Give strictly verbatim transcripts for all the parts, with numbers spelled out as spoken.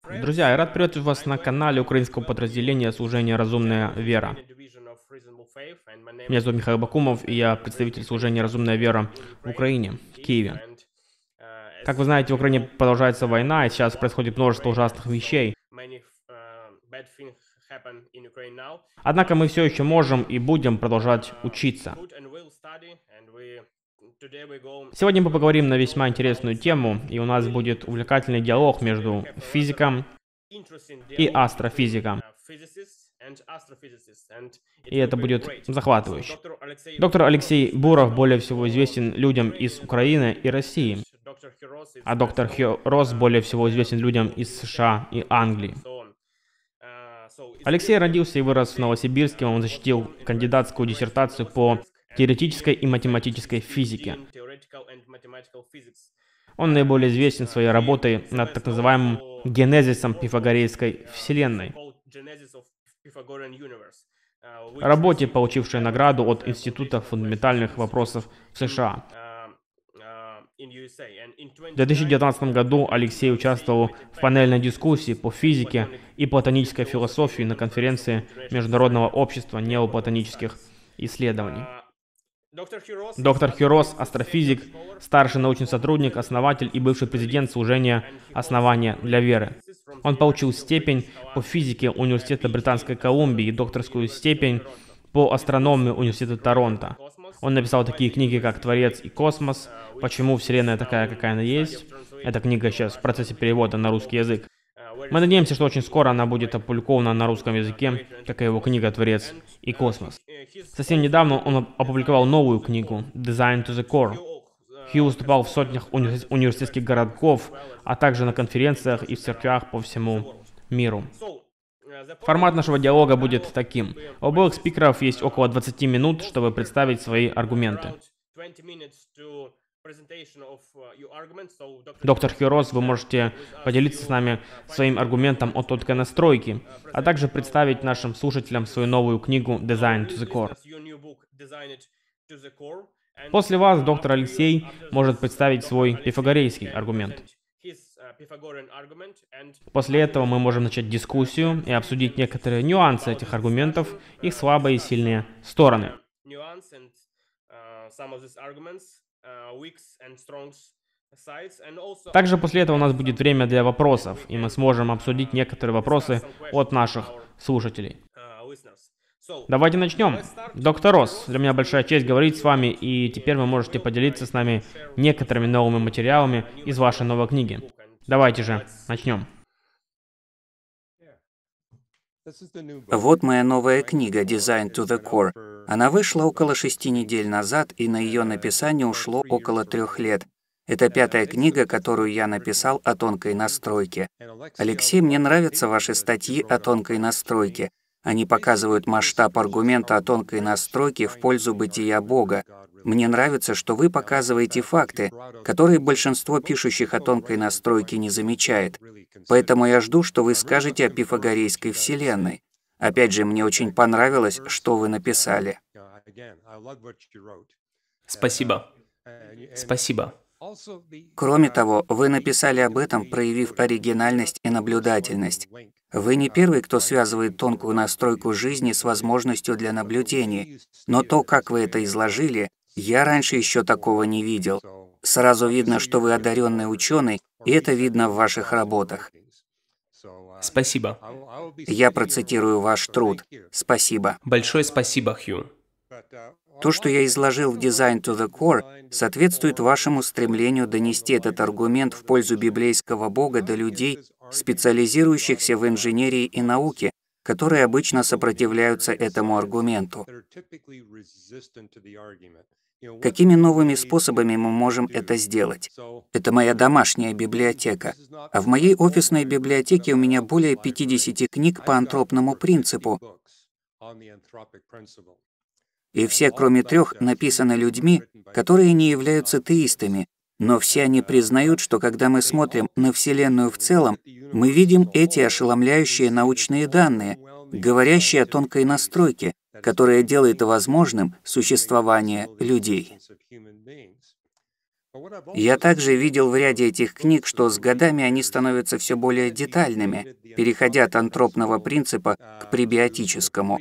Друзья, я рад приветствовать вас на канале украинского подразделения служения «Разумная вера». Меня зовут Михаил Бакумов, и я представитель служения «Разумная вера» в Украине, в Киеве. Как вы знаете, в Украине продолжается война, и сейчас происходит множество ужасных вещей. Однако мы все еще можем и будем продолжать учиться. Сегодня мы поговорим на весьма интересную тему, и у нас будет увлекательный диалог между физиком и астрофизиком. И это будет захватывающе. Доктор Алексей Буров более всего известен людям из Украины и России, а доктор Хирос более всего известен людям из США и Англии. Алексей родился и вырос в Новосибирске, он защитил кандидатскую диссертацию по теоретической и математической физике. Он наиболее известен своей работой над так называемым генезисом пифагорейской вселенной, работе, получившей награду от Института фундаментальных вопросов в США. В две тысячи девятнадцатом году Алексей участвовал в панельной дискуссии по физике и платонической философии на конференции Международного общества неоплатонических исследований. Доктор Хирос – астрофизик, старший научный сотрудник, основатель и бывший президент служения «Основания для веры». Он получил степень по физике Университета Британской Колумбии и докторскую степень по астрономии Университета Торонто. Он написал такие книги, как «Творец и космос», «Почему Вселенная такая, какая она есть». Эта книга сейчас в процессе перевода на русский язык. Мы надеемся, что очень скоро она будет опубликована на русском языке, как и его книга «Творец и космос». Совсем недавно он опубликовал новую книгу «Design to the Core». Хью выступал в сотнях уни- университетских городков, а также на конференциях и в церквях по всему миру. Формат нашего диалога будет таким. У обоих спикеров есть около двадцати минут, чтобы представить свои аргументы. Доктор Хирос, вы можете поделиться с нами своим аргументом о тонкой настройке, а также представить нашим слушателям свою новую книгу «Design to the Core». После вас доктор Алексей может представить свой пифагорейский аргумент. После этого мы можем начать дискуссию и обсудить некоторые нюансы этих аргументов, их слабые и сильные стороны. Также после этого у нас будет время для вопросов, и мы сможем обсудить некоторые вопросы от наших слушателей. Давайте начнем. Доктор Росс, для меня большая честь говорить с вами, и теперь вы можете поделиться с нами некоторыми новыми материалами из вашей новой книги. Давайте же, начнем. Вот моя новая книга «Design to the Core». Она вышла около шести недель назад, и на ее написание ушло около трех лет. Это пятая книга, которую я написал о тонкой настройке. Алексей, мне нравятся ваши статьи о тонкой настройке. Они показывают масштаб аргумента о тонкой настройке в пользу бытия Бога. Мне нравится, что вы показываете факты, которые большинство пишущих о тонкой настройке не замечает. Поэтому я жду, что вы скажете о пифагорейской вселенной. Опять же, мне очень понравилось, что вы написали. Спасибо. Спасибо. Кроме того, вы написали об этом, проявив оригинальность и наблюдательность. Вы не первый, кто связывает тонкую настройку жизни с возможностью для наблюдений, но то, как вы это изложили, я раньше еще такого не видел. Сразу видно, что вы одаренный ученый, и это видно в ваших работах. Спасибо. Я процитирую ваш труд. Спасибо. Большое спасибо, Хью. То, что я изложил в «Design to the Core», соответствует вашему стремлению донести этот аргумент в пользу библейского Бога до людей, специализирующихся в инженерии и науке, которые обычно сопротивляются этому аргументу. Какими новыми способами мы можем это сделать? Это моя домашняя библиотека. А в моей офисной библиотеке у меня более пятидесяти книг по антропному принципу. И все, кроме трех, написаны людьми, которые не являются теистами, но все они признают, что когда мы смотрим на Вселенную в целом, мы видим эти ошеломляющие научные данные, говорящие о тонкой настройке, которая делает возможным существование людей. Я также видел в ряде этих книг, что с годами они становятся все более детальными, переходя от антропного принципа к пребиотическому.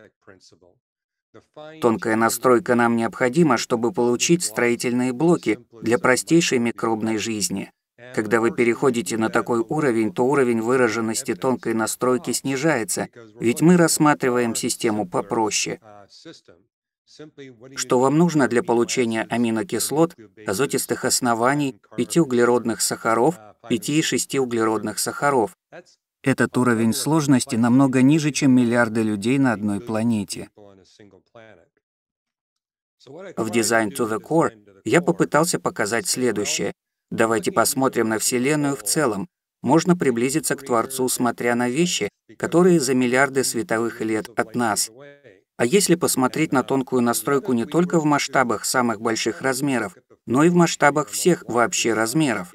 Тонкая настройка нам необходима, чтобы получить строительные блоки для простейшей микробной жизни. Когда вы переходите на такой уровень, то уровень выраженности тонкой настройки снижается, ведь мы рассматриваем систему попроще. Что вам нужно для получения аминокислот, азотистых оснований, пяти углеродных сахаров, пяти и шести углеродных сахаров? Этот уровень сложности намного ниже, чем миллиарды людей на одной планете. В Design to the Core я попытался показать следующее. Давайте посмотрим на Вселенную в целом. Можно приблизиться к Творцу, смотря на вещи, которые за миллиарды световых лет от нас. А если посмотреть на тонкую настройку не только в масштабах самых больших размеров, но и в масштабах всех вообще размеров?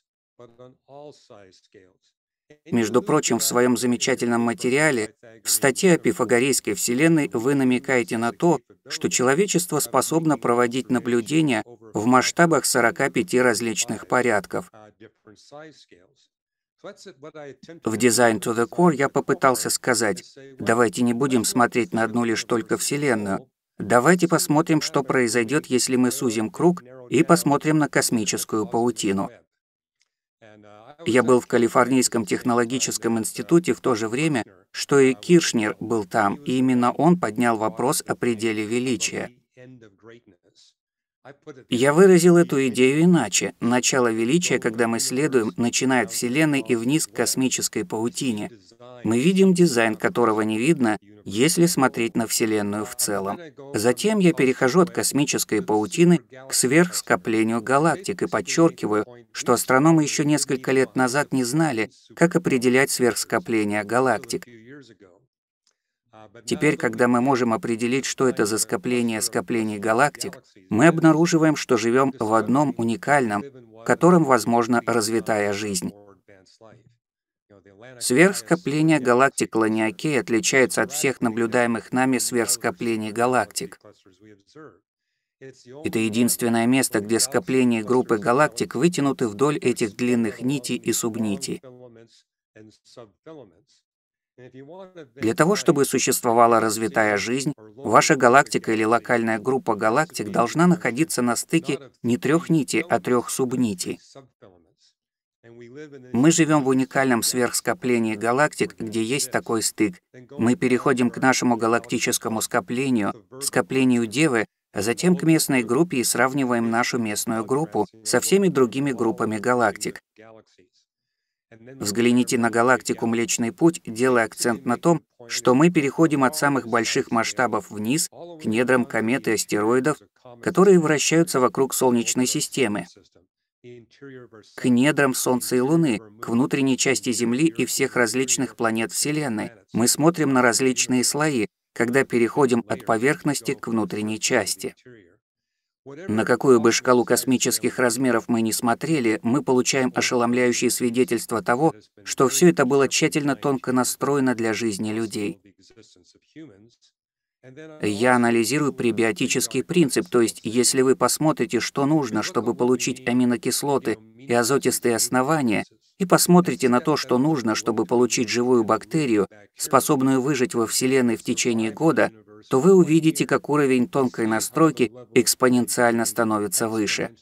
Между прочим, в своем замечательном материале, в статье о пифагорейской Вселенной, вы намекаете на то, что человечество способно проводить наблюдения в масштабах сорока пяти различных порядков. В Design to the Core я попытался сказать, давайте не будем смотреть на одну лишь только Вселенную. Давайте посмотрим, что произойдет, если мы сузим круг и посмотрим на космическую паутину. Я был в Калифорнийском технологическом институте в то же время, что и Киршнер был там, и именно он поднял вопрос о пределе величия. Я выразил эту идею иначе. Начало величия, когда мы следуем, начиная от Вселенной и вниз к космической паутине. Мы видим дизайн, которого не видно, если смотреть на Вселенную в целом. Затем я перехожу от космической паутины к сверхскоплению галактик и подчеркиваю, что астрономы еще несколько лет назад не знали, как определять сверхскопление галактик. Теперь, когда мы можем определить, что это за скопление скоплений галактик, мы обнаруживаем, что живем в одном уникальном, в котором возможна развитая жизнь. Сверхскопление галактик Ланиакей отличается от всех наблюдаемых нами сверхскоплений галактик. Это единственное место, где скопления группы галактик вытянуты вдоль этих длинных нитей и субнитей. Для того, чтобы существовала развитая жизнь, ваша галактика или локальная группа галактик должна находиться на стыке не трех нитей, а трех субнитей. Мы живем в уникальном сверхскоплении галактик, где есть такой стык. Мы переходим к нашему галактическому скоплению, скоплению Девы, а затем к местной группе и сравниваем нашу местную группу со всеми другими группами галактик. Взгляните на галактику Млечный Путь, делая акцент на том, что мы переходим от самых больших масштабов вниз к недрам комет и астероидов, которые вращаются вокруг Солнечной системы, к недрам Солнца и Луны, к внутренней части Земли и всех различных планет Вселенной. Мы смотрим на различные слои, когда переходим от поверхности к внутренней части. На какую бы шкалу космических размеров мы ни смотрели, мы получаем ошеломляющие свидетельства того, что все это было тщательно тонко настроено для жизни людей. Я анализирую пребиотический принцип, то есть если вы посмотрите, что нужно, чтобы получить аминокислоты и азотистые основания, и посмотрите на то, что нужно, чтобы получить живую бактерию, способную выжить во Вселенной в течение года, то вы увидите, как уровень тонкой настройки экспоненциально становится выше.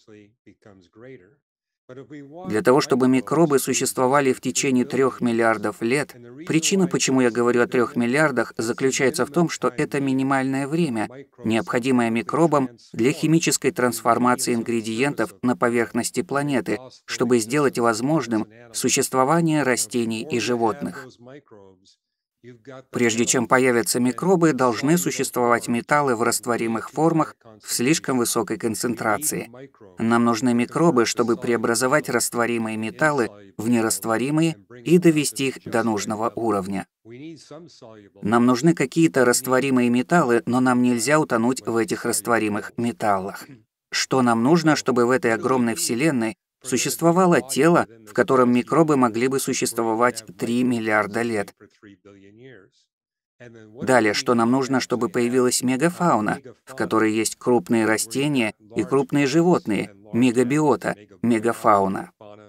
Для того, чтобы микробы существовали в течение трех миллиардов лет, причина, почему я говорю о трех миллиардах, заключается в том, что это минимальное время, необходимое микробам для химической трансформации ингредиентов на поверхности планеты, чтобы сделать возможным существование растений и животных. Прежде чем появятся микробы, должны существовать металлы в растворимых формах в слишком высокой концентрации. Нам нужны микробы, чтобы преобразовать растворимые металлы в нерастворимые и довести их до нужного уровня. Нам нужны какие-то растворимые металлы, но нам нельзя утонуть в этих растворимых металлах. Что нам нужно, чтобы в этой огромной Вселенной существовало тело, в котором микробы могли бы существовать три миллиарда лет? Далее, что нам нужно, чтобы появилась мегафауна, в которой есть крупные растения и крупные животные, мегабиота, мегафауна.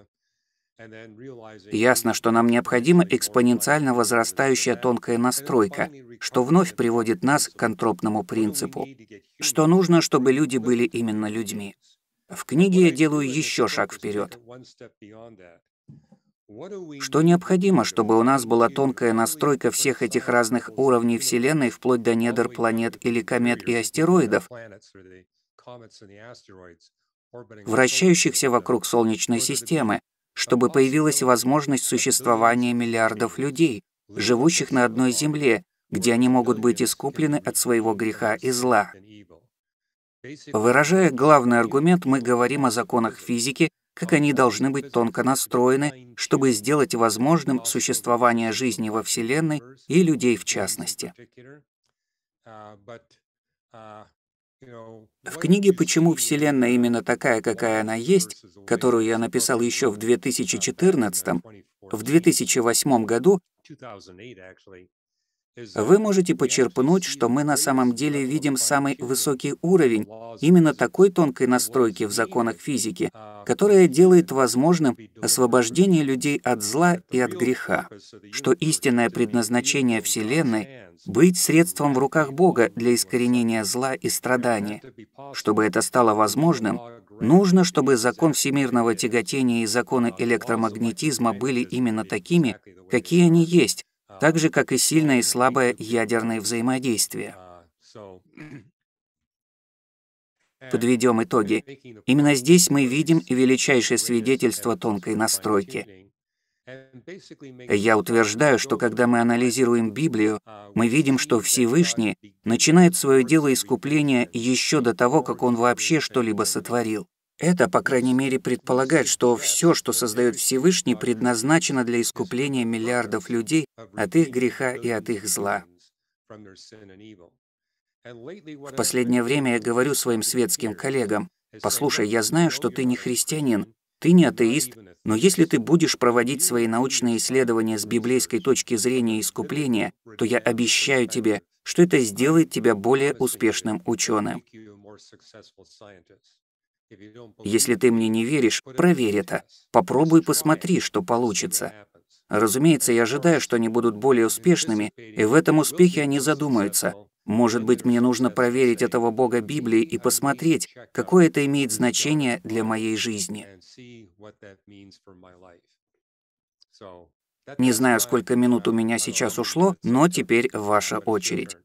Ясно, что нам необходима экспоненциально возрастающая тонкая настройка, что вновь приводит нас к антропному принципу. Что нужно, чтобы люди были именно людьми. В книге я делаю еще шаг вперед. Что необходимо, чтобы у нас была тонкая настройка всех этих разных уровней Вселенной, вплоть до недр планет или комет и астероидов, вращающихся вокруг Солнечной системы, чтобы появилась возможность существования миллиардов людей, живущих на одной Земле, где они могут быть искуплены от своего греха и зла. Выражая главный аргумент, мы говорим о законах физики, как они должны быть тонко настроены, чтобы сделать возможным существование жизни во Вселенной и людей в частности. В книге «Почему Вселенная именно такая, какая она есть», которую я написал еще в две тысячи четырнадцатом, в две тысячи восьмом году, вы можете почерпнуть, что мы на самом деле видим самый высокий уровень именно такой тонкой настройки в законах физики, которая делает возможным освобождение людей от зла и от греха, что истинное предназначение Вселенной — быть средством в руках Бога для искоренения зла и страдания. Чтобы это стало возможным, нужно, чтобы закон всемирного тяготения и законы электромагнетизма были именно такими, какие они есть, так же, как и сильное и слабое ядерное взаимодействие. Подведем итоги. Именно здесь мы видим величайшее свидетельство тонкой настройки. Я утверждаю, что когда мы анализируем Библию, мы видим, что Всевышний начинает свое дело искупления еще до того, как Он вообще что-либо сотворил. Это, по крайней мере, предполагает, что все, что создает Всевышний, предназначено для искупления миллиардов людей от их греха и от их зла. В последнее время я говорю своим светским коллегам: «Послушай, я знаю, что ты не христианин, ты не атеист, но если ты будешь проводить свои научные исследования с библейской точки зрения искупления, то я обещаю тебе, что это сделает тебя более успешным ученым. Если ты мне не веришь, проверь это. Попробуй, посмотри, что получится». Разумеется, я ожидаю, что они будут более успешными, и в этом успехе они задумаются. Может быть, мне нужно проверить этого Бога Библии и посмотреть, какое это имеет значение для моей жизни. Не знаю, сколько минут у меня сейчас ушло, но теперь ваша очередь.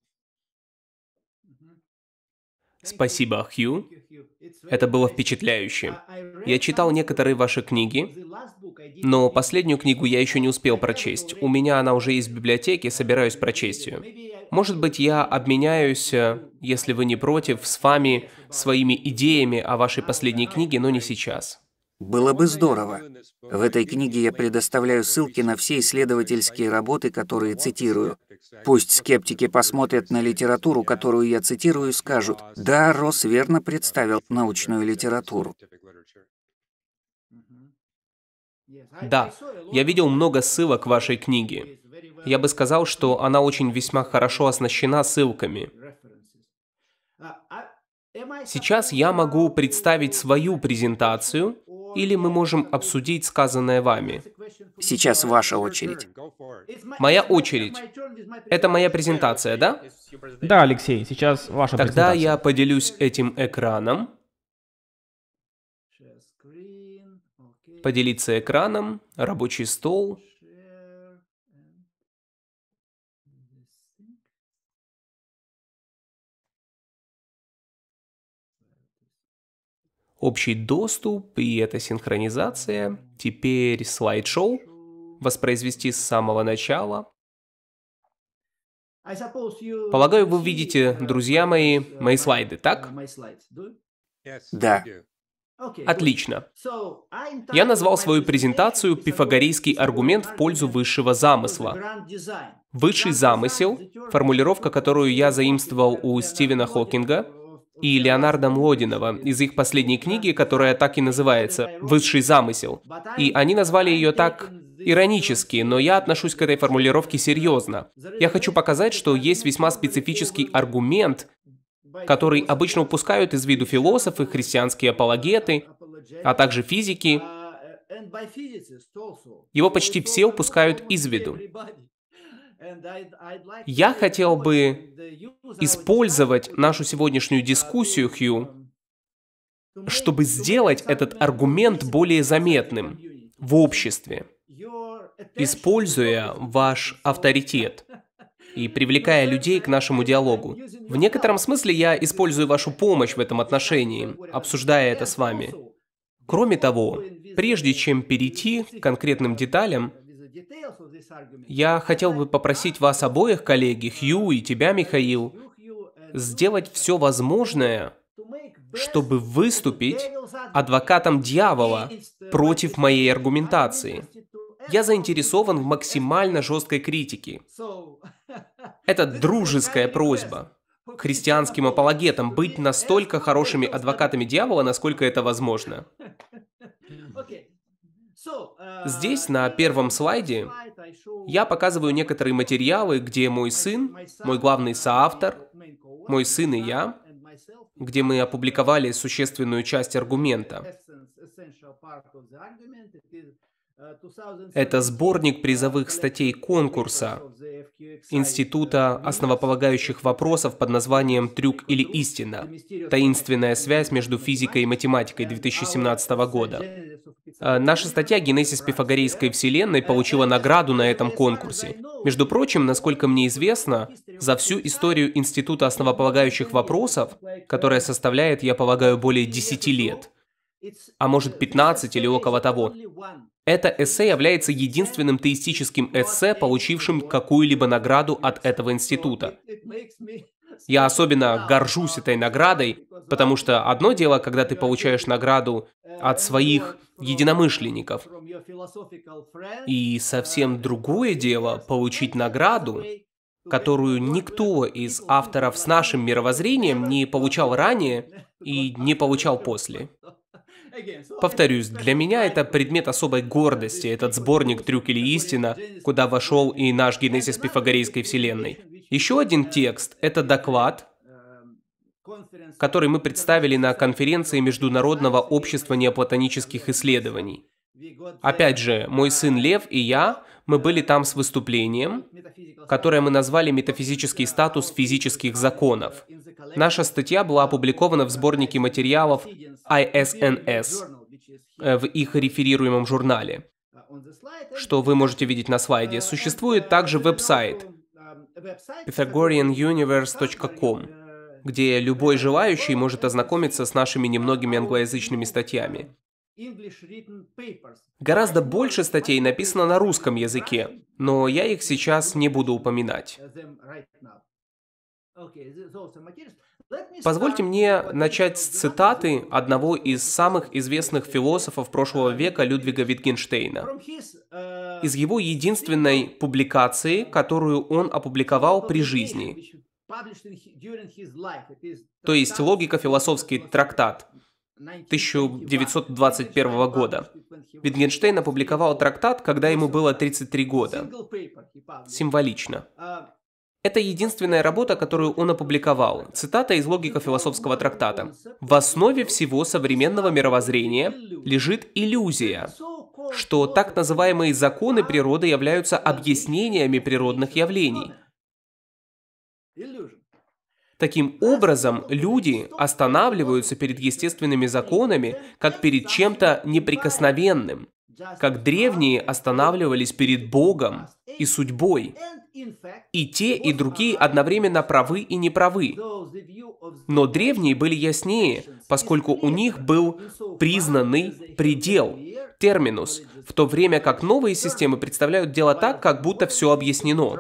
Спасибо, Хью. Это было впечатляюще. Я читал некоторые ваши книги, но последнюю книгу я еще не успел прочесть. У меня она уже есть в библиотеке, собираюсь прочесть ее. Может быть, я обменяюсь, если вы не против, с вами своими идеями о вашей последней книге, но не сейчас. Было бы здорово. В этой книге я предоставляю ссылки на все исследовательские работы, которые цитирую. Пусть скептики посмотрят на литературу, которую я цитирую, и скажут: «Да, Росс верно представил научную литературу». Да, я видел много ссылок к вашей книге. Я бы сказал, что она очень весьма хорошо оснащена ссылками. Сейчас я могу представить свою презентацию, или мы можем обсудить сказанное вами. Сейчас ваша очередь. Моя очередь. Это моя презентация, да? Да, Алексей, сейчас ваша Тогда презентация. я поделюсь этим экраном. Поделиться экраном, рабочий стол. Общий доступ, и это синхронизация. Теперь слайд-шоу. Воспроизвести с самого начала. Полагаю, вы видите, друзья мои, мои слайды, так? Да. Отлично. Я назвал свою презентацию «Пифагорейский аргумент в пользу высшего замысла». Высший замысел – формулировка, которую я заимствовал у Стивена Хокинга и Леонарда Млодинова из их последней книги, которая так и называется «Высший замысел». И они назвали ее так иронически, но я отношусь к этой формулировке серьезно. Я хочу показать, что есть весьма специфический аргумент, который обычно упускают из виду философы, христианские апологеты, а также физики. Его почти все упускают из виду. Я хотел бы использовать нашу сегодняшнюю дискуссию, Хью, чтобы сделать этот аргумент более заметным в обществе, используя ваш авторитет и привлекая людей к нашему диалогу. В некотором смысле я использую вашу помощь в этом отношении, обсуждая это с вами. Кроме того, прежде чем перейти к конкретным деталям, я хотел бы попросить вас обоих, коллеги, Хью и тебя, Михаил, сделать все возможное, чтобы выступить адвокатом дьявола против моей аргументации. Я заинтересован в максимально жесткой критике. Это дружеская просьба к христианским апологетам быть настолько хорошими адвокатами дьявола, насколько это возможно. Здесь, на первом слайде, я показываю некоторые материалы, где мой сын, мой главный соавтор, мой сын и я, где мы опубликовали существенную часть аргумента. Это сборник призовых статей конкурса Института основополагающих вопросов под названием «Трюк или истина. Таинственная связь между физикой и математикой» две тысячи семнадцатого года. Наша статья «Генезис Пифагорейской вселенной» получила награду на этом конкурсе. Между прочим, насколько мне известно, за всю историю Института основополагающих вопросов, которая составляет, я полагаю, более десяти лет, а может пятнадцать или около того, это эссе является единственным теистическим эссе, получившим какую-либо награду от этого института. Я особенно горжусь этой наградой, потому что одно дело, когда ты получаешь награду от своих единомышленников, и совсем другое дело получить награду, которую никто из авторов с нашим мировоззрением не получал ранее и не получал после. Повторюсь, для меня это предмет особой гордости, этот сборник «Трюк или истина», куда вошел и наш генезис Пифагорейской вселенной. Еще один текст – это доклад, который мы представили на конференции Международного общества неоплатонических исследований. Опять же, мой сын Лев и я, мы были там с выступлением, которое мы назвали «Метафизический статус физических законов». Наша статья была опубликована в сборнике материалов ай эс эн эс в их реферируемом журнале, что вы можете видеть на слайде. Существует также веб-сайт pythagorean universe точка ком, где любой желающий может ознакомиться с нашими немногими англоязычными статьями. Гораздо больше статей написано на русском языке, но я их сейчас не буду упоминать. Позвольте мне начать с цитаты одного из самых известных философов прошлого века Людвига Витгенштейна. Из его единственной публикации, которую он опубликовал при жизни. То есть «Логико-философский трактат» тысяча девятьсот двадцать первого года. Витгенштейн опубликовал трактат, когда ему было тридцать три года. Символично. Это единственная работа, которую он опубликовал. Цитата из логико-философского трактата. «В основе всего современного мировоззрения лежит иллюзия, что так называемые законы природы являются объяснениями природных явлений. Таким образом, люди останавливаются перед естественными законами, как перед чем-то неприкосновенным, как древние останавливались перед Богом и судьбой. И те, и другие одновременно правы и неправы. Но древние были яснее, поскольку у них был признанный предел, терминус, в то время как новые системы представляют дело так, как будто все объяснено».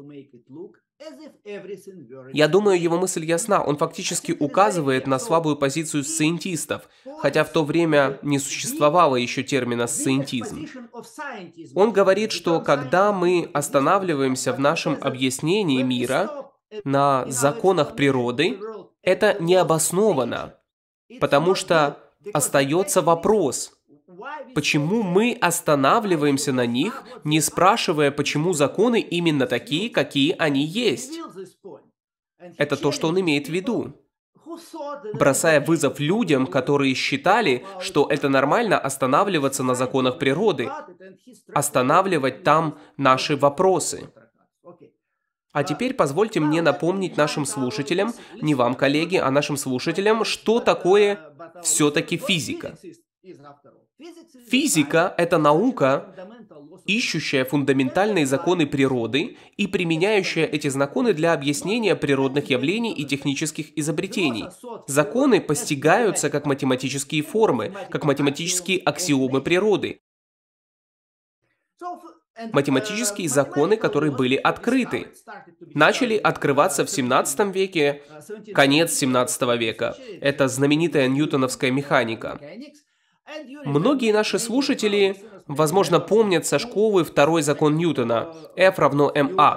Я думаю, его мысль ясна. Он фактически указывает на слабую позицию сциентистов, хотя в то время не существовало еще термина «сциентизм». Он говорит, что когда мы останавливаемся в нашем объяснении мира на законах природы, это необоснованно, потому что остается вопрос, почему мы останавливаемся на них, не спрашивая, почему законы именно такие, какие они есть. Это то, что он имеет в виду. бросая вызов людям, которые считали, что это нормально останавливаться на законах природы, останавливать там наши вопросы. А теперь позвольте мне напомнить нашим слушателям, не вам, коллеги, а нашим слушателям, что такое все-таки физика. Физика — это наука, ищущая фундаментальные законы природы и применяющая эти законы для объяснения природных явлений и технических изобретений. Законы постигаются как математические формы, как математические аксиомы природы. Математические законы, которые были открыты, начали открываться в семнадцатом веке, конец семнадцатого века. Это знаменитая ньютоновская механика. Многие наши слушатели, возможно, помнят со школы второй закон Ньютона, F равно ma,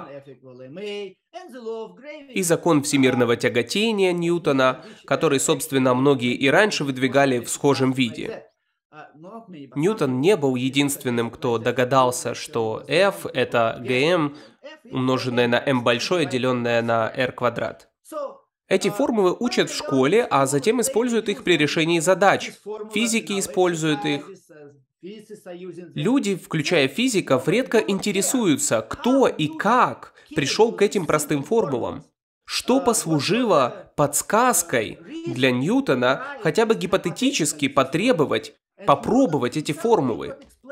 и закон всемирного тяготения Ньютона, который, собственно, многие и раньше выдвигали в схожем виде. Ньютон не был единственным, кто догадался, что F — это Gm, умноженное на m большое, деленное на r квадрат. Эти формулы учат в школе, а затем используют их при решении задач. Физики используют их. Люди, включая физиков, редко интересуются, кто и как пришел к этим простым формулам. Что послужило подсказкой для Ньютона хотя бы гипотетически потребовать, попробовать эти формулы?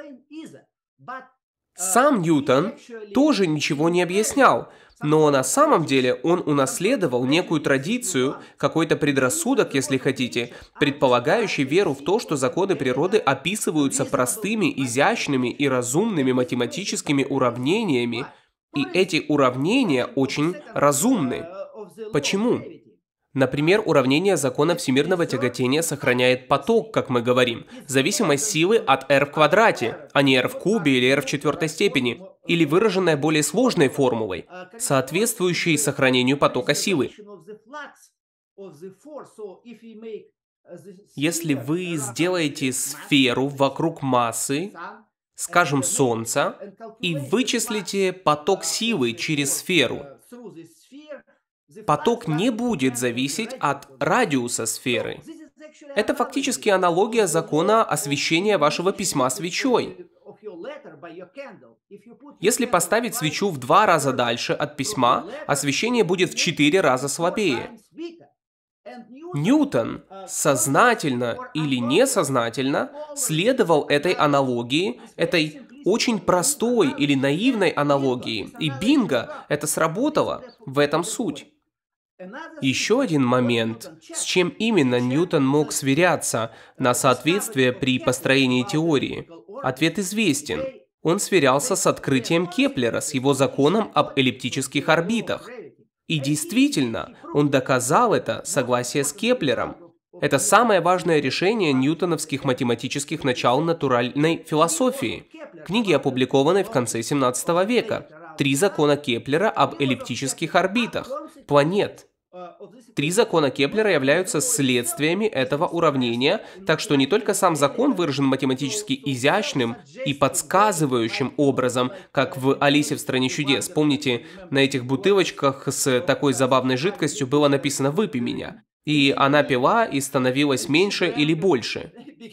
Сам Ньютон тоже ничего не объяснял, но на самом деле он унаследовал некую традицию, какой-то предрассудок, если хотите, предполагающий веру в то, что законы природы описываются простыми, изящными и разумными математическими уравнениями, и эти уравнения очень разумны. Почему? Например, уравнение закона всемирного тяготения сохраняет поток, как мы говорим, зависимость силы от r в квадрате, а не r в кубе или r в четвертой степени, или выраженная более сложной формулой, соответствующей сохранению потока силы. Если вы сделаете сферу вокруг массы, скажем, Солнца, и вычислите поток силы через сферу, поток не будет зависеть от радиуса сферы. Это фактически аналогия закона освещения вашего письма свечой. Если поставить свечу в два раза дальше от письма, освещение будет в четыре раза слабее. Ньютон сознательно или несознательно следовал этой аналогии, этой очень простой или наивной аналогии, и бинго, это сработало, в этом суть. Еще один момент, с чем именно Ньютон мог сверяться на соответствие при построении теории. Ответ известен. Он сверялся с открытием Кеплера, с его законом об эллиптических орбитах. И действительно, он доказал это согласие с Кеплером. Это самое важное решение ньютоновских математических начал натуральной философии, книги, опубликованной в конце семнадцатого века. Три закона Кеплера об эллиптических орбитах планет. Три закона Кеплера являются следствиями этого уравнения, так что не только сам закон выражен математически изящным и подсказывающим образом, как в «Алисе в стране чудес». Помните, на этих бутылочках с такой забавной жидкостью было написано «Выпей меня». И она пила и становилась меньше или больше.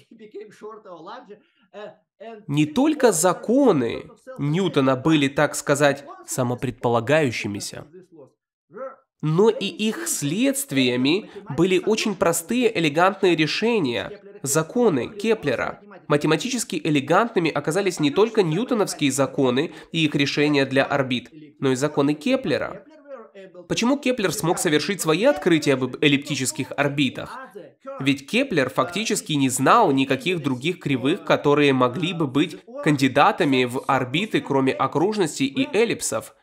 Не только законы Ньютона были, так сказать, самопредполагающимися, но и их следствиями были очень простые, элегантные решения, законы Кеплера. Математически элегантными оказались не только ньютоновские законы и их решения для орбит, но и законы Кеплера. Почему Кеплер смог совершить свои открытия об эллиптических орбитах? Ведь Кеплер фактически не знал никаких других кривых, которые могли бы быть кандидатами в орбиты, кроме окружностей и эллипсов.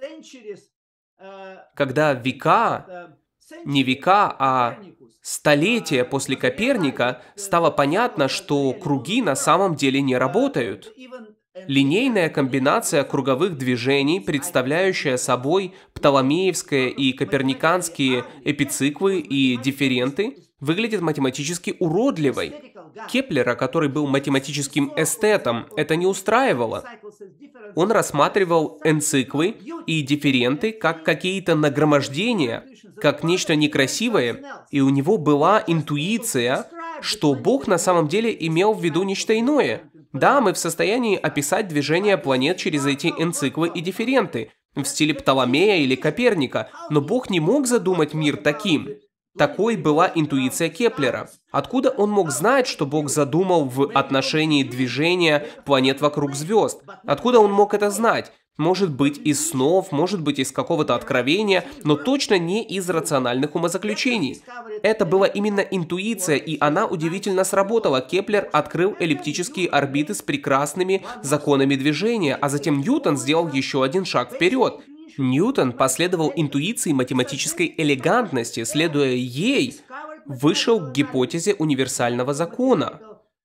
Когда века, не века, а столетия после Коперника, стало понятно, что круги на самом деле не работают. Линейная комбинация круговых движений, представляющая собой птоломеевские и коперниканские эпициклы и дифференты, выглядит математически уродливой. Кеплера, который был математическим эстетом, это не устраивало. Он рассматривал энциклы и дифференты как какие-то нагромождения, как нечто некрасивое, и у него была интуиция, что Бог на самом деле имел в виду нечто иное. Да, мы в состоянии описать движение планет через эти энциклы и дифференты, в стиле Птоломея или Коперника, но Бог не мог задумать мир таким. Такой была интуиция Кеплера. Откуда он мог знать, что Бог задумал в отношении движения планет вокруг звезд? Откуда он мог это знать? Может быть, из снов, может быть, из какого-то откровения, но точно не из рациональных умозаключений. Это была именно интуиция, и она удивительно сработала. Кеплер открыл эллиптические орбиты с прекрасными законами движения, а затем Ньютон сделал еще один шаг вперед. Ньютон последовал интуиции математической элегантности, следуя ей, вышел к гипотезе универсального закона.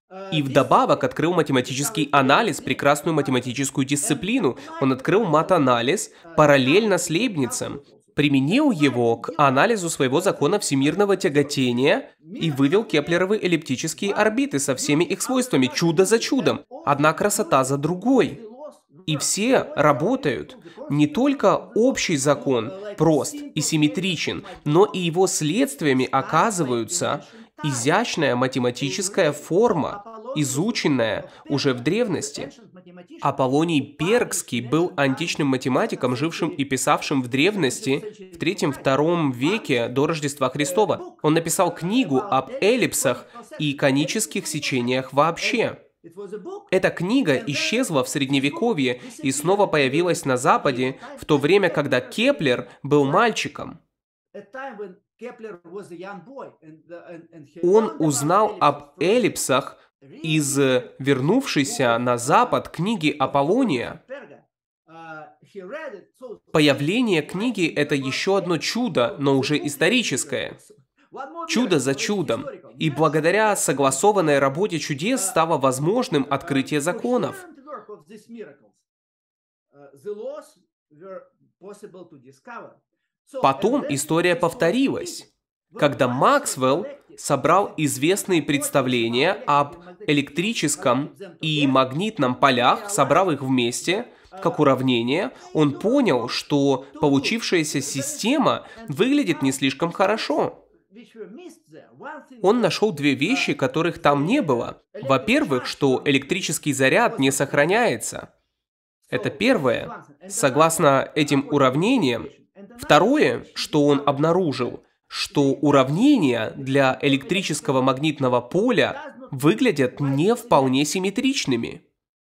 И вдобавок открыл математический анализ, прекрасную математическую дисциплину. Он открыл мат-анализ параллельно с Лейбницем, применил его к анализу своего закона всемирного тяготения и вывел кеплеровы эллиптические орбиты со всеми их свойствами, чудо за чудом, одна красота за другой. И все работают. Не только общий закон прост и симметричен, но и его следствиями оказываются изящная математическая форма, изученная уже в древности. Аполлоний Пергский был античным математиком, жившим и писавшим в древности в третьем-втором веке до Рождества Христова. Он написал книгу об эллипсах и конических сечениях вообще. Эта книга исчезла в Средневековье и снова появилась на Западе в то время, когда Кеплер был мальчиком. Он узнал об эллипсах из вернувшейся на Запад книги Аполлония. Появление книги – это еще одно чудо, но уже историческое. Чудо за чудом. И благодаря согласованной работе чудес стало возможным открытие законов. Потом история повторилась, когда Максвелл собрал известные представления об электрическом и магнитном полях, собрал их вместе, как уравнение, он понял, что получившаяся система выглядит не слишком хорошо. Он нашел две вещи, которых там не было. Во-первых, что электрический заряд не сохраняется. Это первое, согласно этим уравнениям. Второе, что он обнаружил, что уравнения для электрического магнитного поля выглядят не вполне симметричными.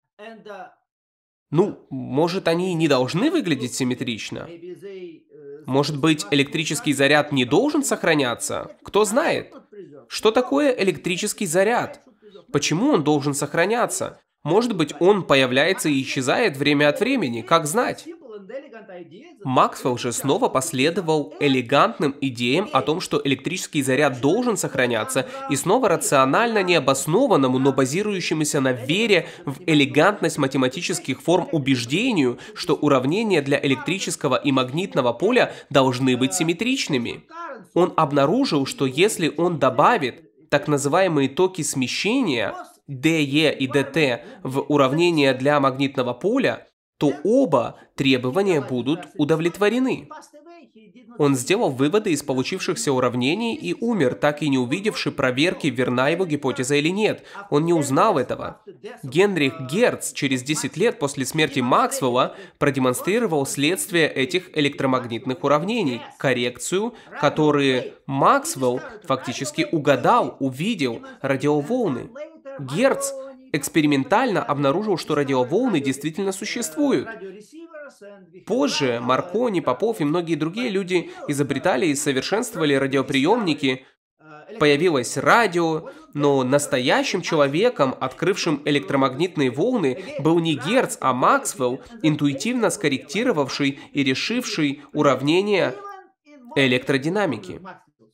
Ну, может, они не должны выглядеть симметрично? Может быть, электрический заряд не должен сохраняться? Кто знает? Что такое электрический заряд? Почему он должен сохраняться? Может быть, он появляется и исчезает время от времени, как знать? Максвелл же снова последовал элегантным идеям о том, что электрический заряд должен сохраняться, и снова рационально необоснованному, но базирующемуся на вере в элегантность математических форм убеждению, что уравнения для электрического и магнитного поля должны быть симметричными. Он обнаружил, что если он добавит так называемые токи смещения ди и и ди ти в уравнение для магнитного поля, то оба требования будут удовлетворены. Он сделал выводы из получившихся уравнений и умер, так и не увидевши проверки, верна его гипотеза или нет. Он не узнал этого. Генрих Герц через десять лет после смерти Максвелла продемонстрировал следствие этих электромагнитных уравнений, коррекцию, которые Максвелл фактически угадал, увидел радиоволны. Герц экспериментально обнаружил, что радиоволны действительно существуют. Позже Маркони, Попов и многие другие люди изобретали и совершенствовали радиоприемники. Появилось радио, но настоящим человеком, открывшим электромагнитные волны, был не Герц, а Максвелл, интуитивно скорректировавший и решивший уравнения электродинамики.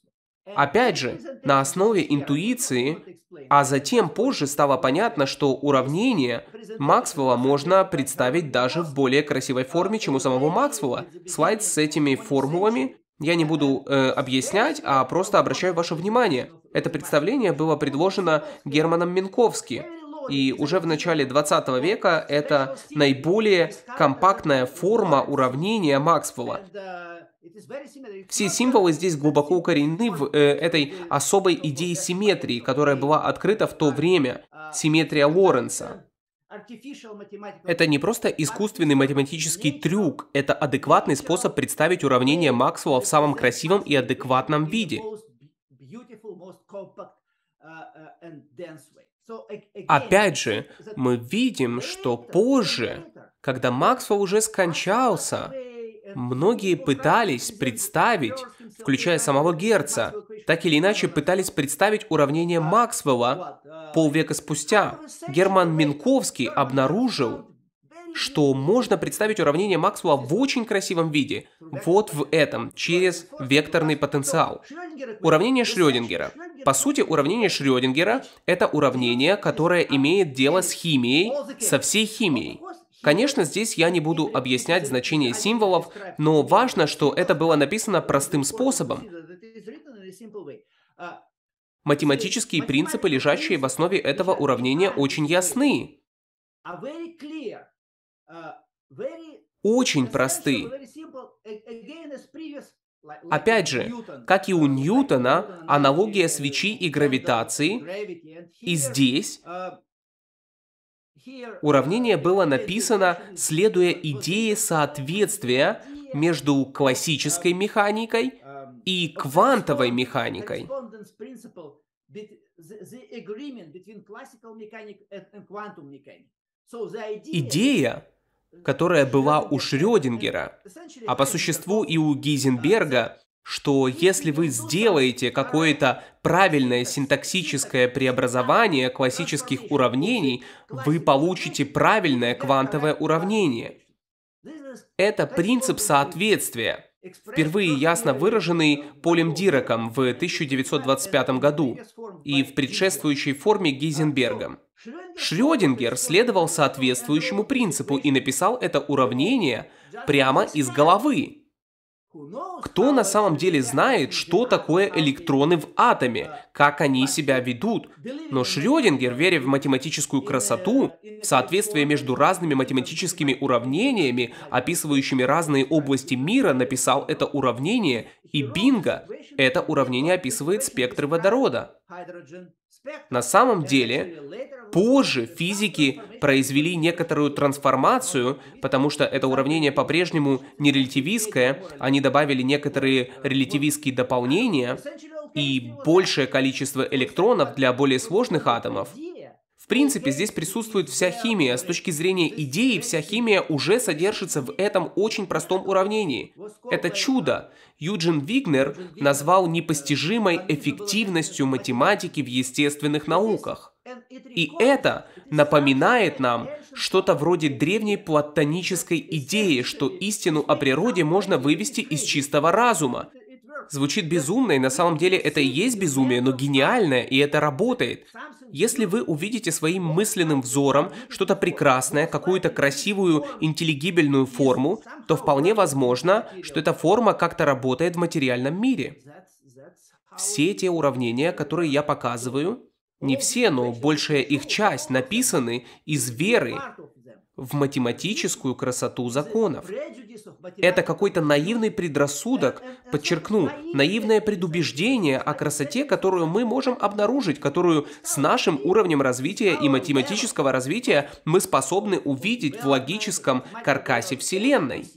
Опять же, на основе интуиции, а затем позже стало понятно, что уравнение Максвелла можно представить даже в более красивой форме, чем у самого Максвелла. Слайд с этими формулами я не буду э, объяснять, а просто обращаю ваше внимание. Это представление было предложено Германом Минковски. И уже в начале двадцатого века это наиболее компактная форма уравнения Максвелла. Все символы здесь глубоко укоренены в э, этой особой идее симметрии, которая была открыта в то время, симметрия Лоренца. Это не просто искусственный математический трюк, это адекватный способ представить уравнение Максвелла в самом красивом и адекватном виде. Опять же, мы видим, что позже, когда Максвелл уже скончался, многие пытались представить, включая самого Герца, так или иначе пытались представить уравнение Максвелла полвека спустя. Герман Минковский обнаружил, что можно представить уравнение Максвелла в очень красивом виде, вот в этом, через векторный потенциал. Уравнение Шрёдингера. По сути, уравнение Шрёдингера – это уравнение, которое имеет дело с химией, со всей химией. Конечно, здесь я не буду объяснять значение символов, но важно, что это было написано простым способом. Математические принципы, лежащие в основе этого уравнения, очень ясны. Очень просты. Опять же, как и у Ньютона, аналогия свечи и гравитации, и здесь уравнение было написано, следуя идее соответствия между классической механикой и квантовой механикой. Идея, которая была у Шрёдингера, а по существу и у Гейзенберга, что если вы сделаете какое-то правильное синтаксическое преобразование классических уравнений, вы получите правильное квантовое уравнение. Это принцип соответствия, впервые ясно выраженный Полем Дираком в тысяча девятьсот двадцать пятом году и в предшествующей форме Гейзенбергом. Шрёдингер следовал соответствующему принципу и написал это уравнение прямо из головы. Кто на самом деле знает, что такое электроны в атоме, как они себя ведут? Но Шрёдингер, веря в математическую красоту, в соответствие между разными математическими уравнениями, описывающими разные области мира, написал это уравнение, и бинго, это уравнение описывает спектры водорода. На самом деле, позже физики произвели некоторую трансформацию, потому что это уравнение по-прежнему не релятивистское, они добавили некоторые релятивистские дополнения и большее количество электронов для более сложных атомов. В принципе, здесь присутствует вся химия. С точки зрения идеи, вся химия уже содержится в этом очень простом уравнении. Это чудо. Юджин Вигнер назвал непостижимой эффективностью математики в естественных науках. И это напоминает нам что-то вроде древней платонической идеи, что истину о природе можно вывести из чистого разума. Звучит безумно, и на самом деле это и есть безумие, но гениальное, и это работает. Если вы увидите своим мысленным взором что-то прекрасное, какую-то красивую, интеллигибельную форму, то вполне возможно, что эта форма как-то работает в материальном мире. Все те уравнения, которые я показываю, не все, но большая их часть, написаны из веры в математическую красоту законов. Это какой-то наивный предрассудок, подчеркну, наивное предубеждение о красоте, которую мы можем обнаружить, которую с нашим уровнем развития и математического развития мы способны увидеть в логическом каркасе Вселенной.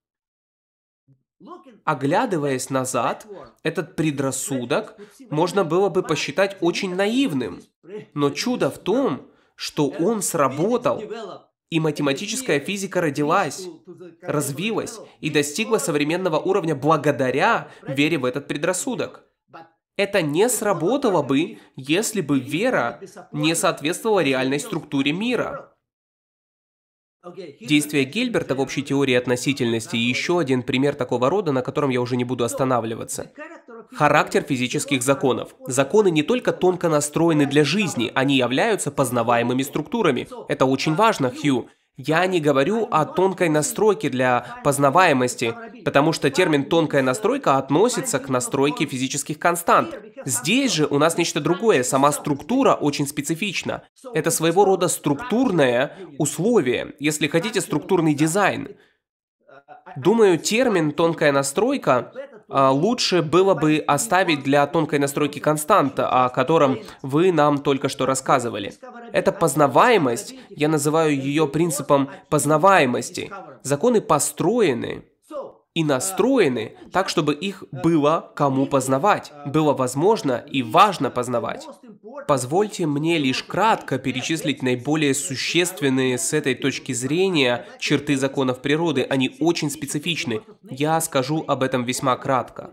Оглядываясь назад, этот предрассудок можно было бы посчитать очень наивным. Но чудо в том, что он сработал, и математическая физика родилась, развилась и достигла современного уровня благодаря вере в этот предрассудок. Это не сработало бы, если бы вера не соответствовала реальной структуре мира. Действие Гильберта в общей теории относительности – еще один пример такого рода, на котором я уже не буду останавливаться. Характер физических законов. Законы не только тонко настроены для жизни, они являются познаваемыми структурами. Это очень важно, Хью. Я не говорю о тонкой настройке для познаваемости, потому что термин «тонкая настройка» относится к настройке физических констант. Здесь же у нас нечто другое, сама структура очень специфична. Это своего рода структурное условие, если хотите, структурный дизайн. Думаю, термин «тонкая настройка» а, лучше было бы оставить для тонкой настройки константа, о котором вы нам только что рассказывали. Это познаваемость, я называю ее принципом познаваемости. Законы построены и настроены так, чтобы их было кому познавать, было возможно и важно познавать. Позвольте мне лишь кратко перечислить наиболее существенные с этой точки зрения черты законов природы. Они очень специфичны. Я скажу об этом весьма кратко.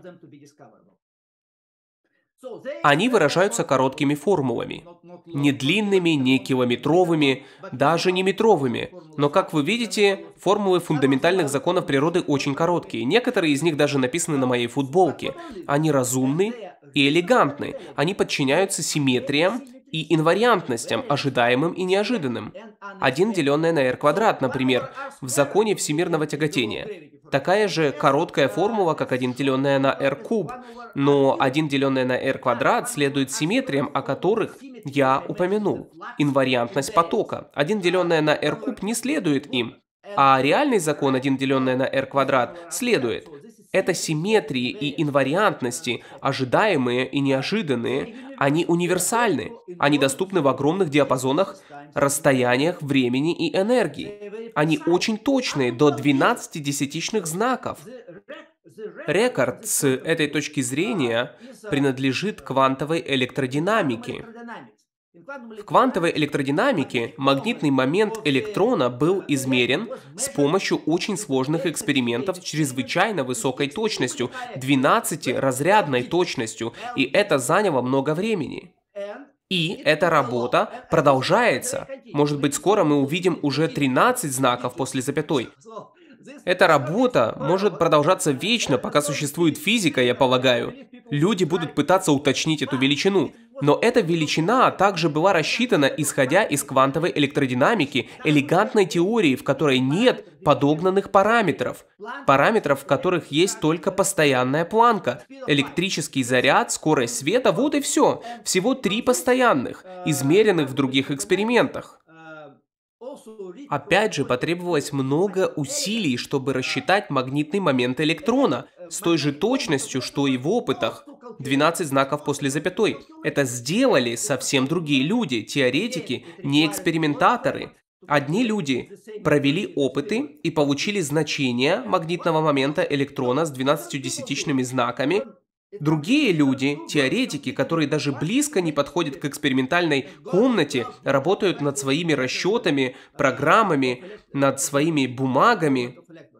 Они выражаются короткими формулами. Не длинными, не километровыми, даже не метровыми. Но, как вы видите, формулы фундаментальных законов природы очень короткие. Некоторые из них даже написаны на моей футболке. Они разумны и элегантны. Они подчиняются симметриям и инвариантностям, ожидаемым и неожиданным. один деленное на r квадрат, например, в законе всемирного тяготения. Такая же короткая формула, как один деленное на r куб, но один деленное на r квадрат следует симметриям, о которых я упомянул. Инвариантность потока. один деленное на r куб не следует им, а реальный закон один деленное на r квадрат следует. Это симметрии и инвариантности, ожидаемые и неожиданные, они универсальны. Они доступны в огромных диапазонах, расстояниях времени и энергии. Они очень точные, до двенадцати десятичных знаков. Рекорд с этой точки зрения принадлежит квантовой электродинамике. В квантовой электродинамике магнитный момент электрона был измерен с помощью очень сложных экспериментов с чрезвычайно высокой точностью, двенадцатиразрядной точностью, и это заняло много времени. И эта работа продолжается. Может быть, скоро мы увидим уже тринадцать знаков после запятой. Эта работа может продолжаться вечно, пока существует физика, я полагаю. Люди будут пытаться уточнить эту величину. Но эта величина также была рассчитана, исходя из квантовой электродинамики, элегантной теории, в которой нет подогнанных параметров. Параметров, в которых есть только постоянная планка. Электрический заряд, скорость света, вот и все. Всего три постоянных, измеренных в других экспериментах. Опять же, потребовалось много усилий, чтобы рассчитать магнитный момент электрона с той же точностью, что и в опытах. двенадцать знаков после запятой. Это сделали совсем другие люди, теоретики, не экспериментаторы. Одни люди провели опыты и получили значение магнитного момента электрона с двенадцатидесятичными знаками. Другие люди, теоретики, которые даже близко не подходят к экспериментальной комнате, работают над своими расчетами, программами, над своими бумагами.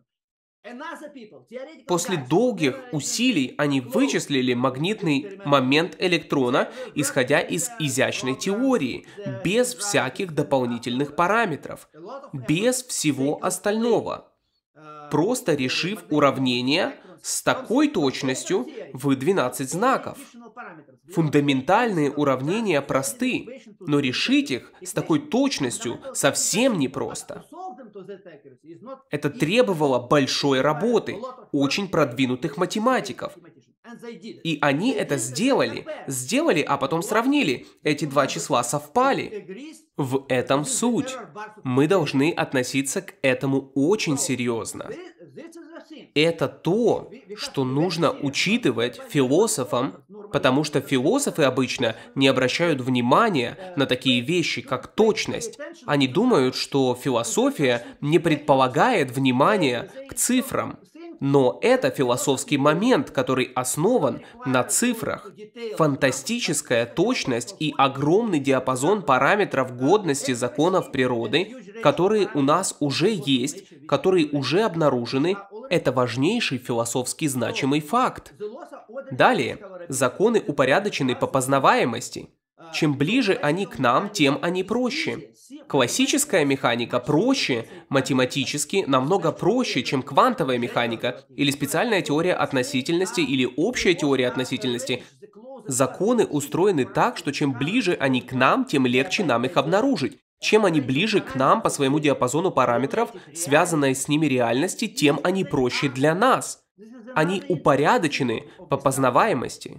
После долгих усилий они вычислили магнитный момент электрона, исходя из изящной теории, без всяких дополнительных параметров, без всего остального, просто решив уравнение с такой точностью в двенадцать знаков. Фундаментальные уравнения просты, но решить их с такой точностью совсем непросто. Это требовало большой работы, очень продвинутых математиков. И они это сделали. Сделали, а потом сравнили. Эти два числа совпали. В этом суть. Мы должны относиться к этому очень серьезно. Это то, что нужно учитывать философам, потому что философы обычно не обращают внимания на такие вещи, как точность. Они думают, что философия не предполагает внимания к цифрам. Но это философский момент, который основан на цифрах. Фантастическая точность и огромный диапазон параметров годности законов природы, которые у нас уже есть, которые уже обнаружены, это важнейший философски значимый факт. Далее, законы упорядочены по познаваемости. Чем ближе они к нам, тем они проще. Классическая механика проще, математически намного проще, чем квантовая механика, или специальная теория относительности, или общая теория относительности. Законы устроены так, что чем ближе они к нам, тем легче нам их обнаружить. Чем они ближе к нам по своему диапазону параметров, связанной с ними реальности, тем они проще для нас. Они упорядочены по познаваемости.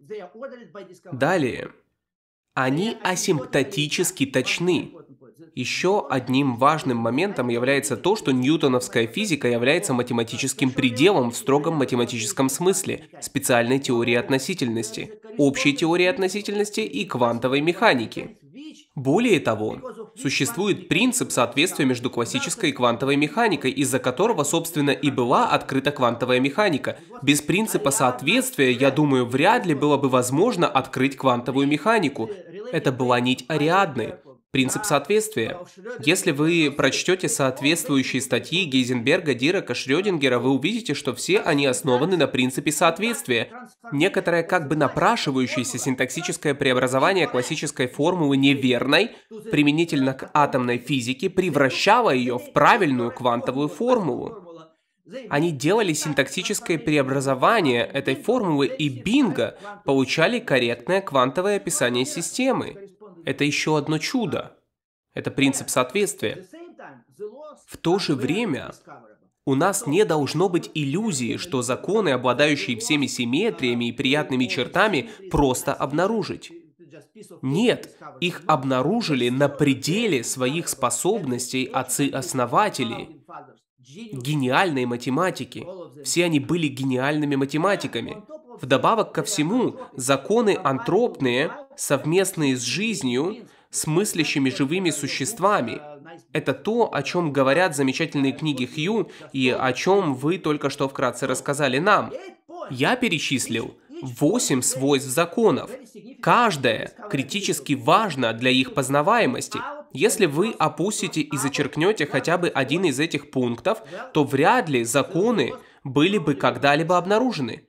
Далее. Они асимптотически точны. Еще одним важным моментом является то, что ньютоновская физика является математическим пределом в строгом математическом смысле специальной теории относительности, общей теории относительности и квантовой механики. Более того, существует принцип соответствия между классической и квантовой механикой, из-за которого, собственно, и была открыта квантовая механика. Без принципа соответствия, я думаю, вряд ли было бы возможно открыть квантовую механику. Это была нить Ариадны. Принцип соответствия. Если вы прочтете соответствующие статьи Гейзенберга, Дирака, Шрёдингера, вы увидите, что все они основаны на принципе соответствия. Некоторое как бы напрашивающееся синтаксическое преобразование классической формулы неверной применительно к атомной физике превращало ее в правильную квантовую формулу. Они делали синтаксическое преобразование этой формулы и бинго, получали корректное квантовое описание системы. Это еще одно чудо. Это принцип соответствия. В то же время у нас не должно быть иллюзии, что законы, обладающие всеми симметриями и приятными чертами, просто обнаружить. Нет, их обнаружили на пределе своих способностей отцы-основатели. Гениальные математики. Все они были гениальными математиками. Вдобавок ко всему, законы антропные, совместные с жизнью, с мыслящими живыми существами. Это то, о чем говорят замечательные книги Хью и о чем вы только что вкратце рассказали нам. Я перечислил восемь свойств законов. Каждое критически важно для их познаваемости. Если вы опустите и зачеркнете хотя бы один из этих пунктов, то вряд ли законы были бы когда-либо обнаружены.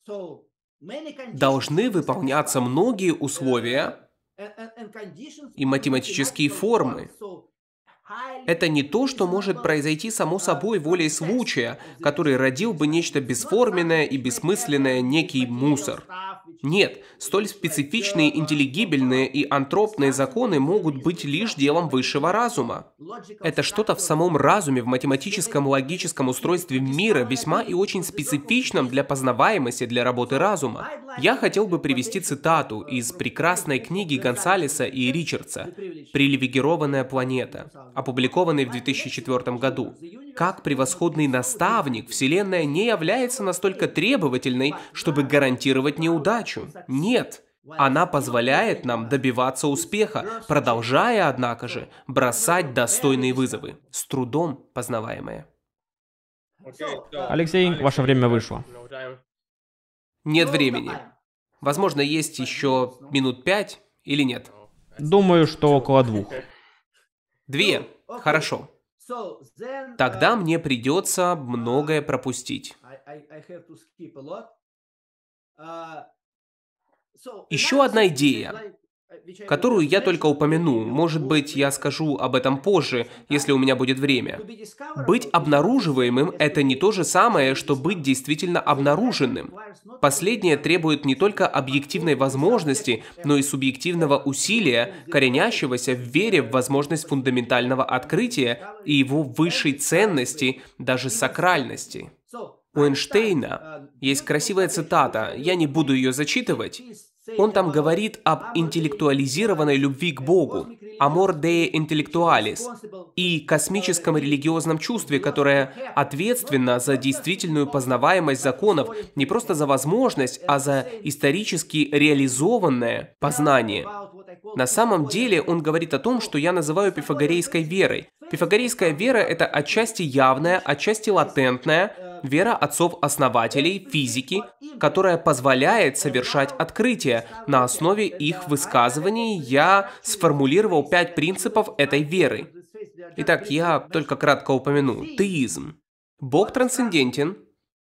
Должны выполняться многие условия и математические формы. Это не то, что может произойти само собой волей случая, который родил бы нечто бесформенное и бессмысленное, некий мусор. Нет, столь специфичные, интеллигибельные и антропные законы могут быть лишь делом высшего разума. Это что-то в самом разуме, в математическом логическом устройстве мира, весьма и очень специфичном для познаваемости, для работы разума. Я хотел бы привести цитату из прекрасной книги Гонсалеса и Ричардса «Привилегированная планета», опубликованной в две тысячи четвёртом году. Как превосходный наставник, Вселенная не является настолько требовательной, чтобы гарантировать неудачу. Нет. Она позволяет нам добиваться успеха, продолжая, однако же, бросать достойные вызовы, с трудом познаваемые. Алексей, ваше время вышло. Нет времени. Возможно, есть еще минут пять или нет? Думаю, что около двух. Две. Хорошо. Тогда мне придется многое пропустить. Еще одна идея, которую я только упомяну, может быть, я скажу об этом позже, если у меня будет время. Быть обнаруживаемым – это не то же самое, что быть действительно обнаруженным. Последнее требует не только объективной возможности, но и субъективного усилия, коренящегося в вере в возможность фундаментального открытия и его высшей ценности, даже сакральности. У Эйнштейна есть красивая цитата, я не буду ее зачитывать. Он там говорит об интеллектуализированной любви к Богу, amor Dei intellectualis, и космическом религиозном чувстве, которое ответственно за действительную познаваемость законов, не просто за возможность, а за исторически реализованное познание. На самом деле он говорит о том, что я называю пифагорейской верой. Пифагорейская вера – это отчасти явная, отчасти латентная вера отцов-основателей физики, которая позволяет совершать открытия. На основе их высказываний я сформулировал пять принципов этой веры. Итак, я только кратко упомяну. Теизм. Бог трансцендентен.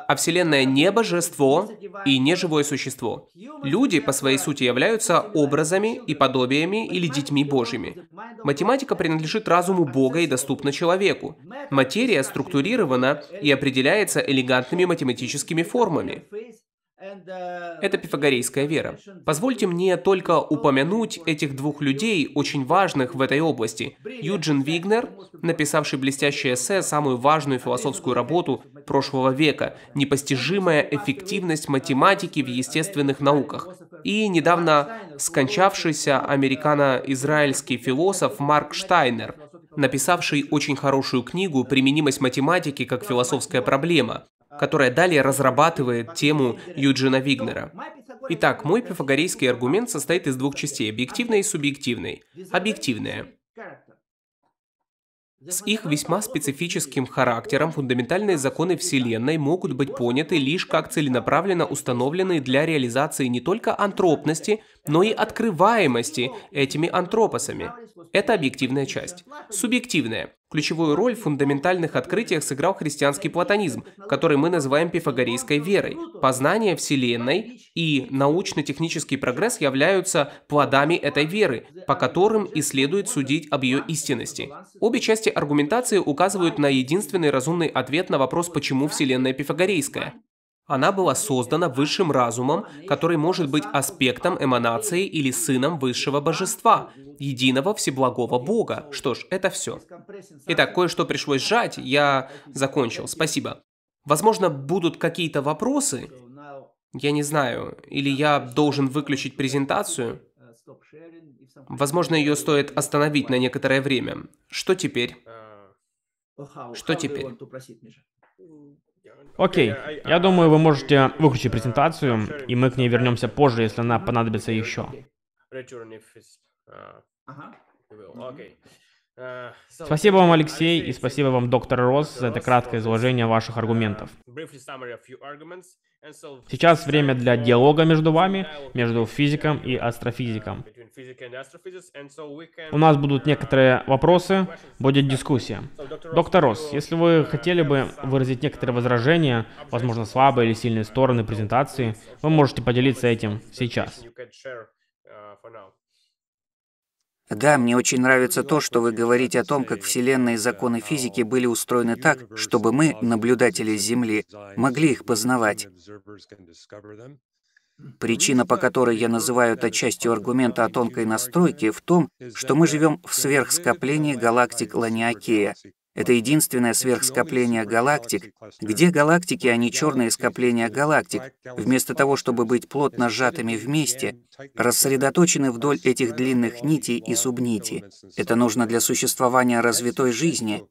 а Вселенная не божество и не живое существо. Люди по своей сути являются образами и подобиями или детьми Божьими. Математика принадлежит разуму Бога и доступна человеку. Материя структурирована и определяется элегантными математическими формами. Это пифагорейская вера. Позвольте мне только упомянуть этих двух людей, очень важных в этой области. Юджин Вигнер, написавший блестящее эссе, самую важную философскую работу прошлого века «Непостижимая эффективность математики в естественных науках». И недавно скончавшийся американо-израильский философ Марк Штайнер, написавший очень хорошую книгу «Применимость математики как философская проблема», которая далее разрабатывает тему Юджина Вигнера. Итак, мой пифагорейский аргумент состоит из двух частей – объективной и субъективной. Объективная. С их весьма специфическим характером фундаментальные законы Вселенной могут быть поняты лишь как целенаправленно установленные для реализации не только антропности, но и открываемости этими антропосами. Это объективная часть. Субъективная. Ключевую роль в фундаментальных открытиях сыграл христианский платонизм, который мы называем пифагорейской верой. Познание Вселенной и научно-технический прогресс являются плодами этой веры, по которым и следует судить об ее истинности. Обе части аргументации указывают на единственный разумный ответ на вопрос, почему Вселенная пифагорейская. Она была создана высшим разумом, который может быть аспектом эманации или сыном высшего божества, единого всеблагого Бога. Что ж, это все. Итак, кое-что пришлось сжать, я закончил, спасибо. Возможно, будут какие-то вопросы? Я не знаю, или я должен выключить презентацию? Возможно, ее стоит остановить на некоторое время. Что теперь? Что теперь? Окей, я думаю, вы можете выключить презентацию, и мы к ней вернемся позже, если она понадобится еще. Спасибо вам, Алексей, и спасибо вам, доктор Росс, за это краткое изложение ваших аргументов. Сейчас время для диалога между вами, между физиком и астрофизиком. У нас будут некоторые вопросы, будет дискуссия. Доктор Росс, если вы хотели бы выразить некоторые возражения, возможно, слабые или сильные стороны презентации, вы можете поделиться этим сейчас. Да, мне очень нравится то, что вы говорите о том, как Вселенная и законы физики были устроены так, чтобы мы, наблюдатели с Земли, могли их познавать. Причина, по которой я называю это частью аргумента о тонкой настройке, в том, что мы живем в сверхскоплении галактик Ланиакея. Это единственное сверхскопление галактик, где галактики, а не черные скопления галактик, вместо того, чтобы быть плотно сжатыми вместе, рассредоточены вдоль этих длинных нитей и субнитий. Это нужно для существования развитой жизни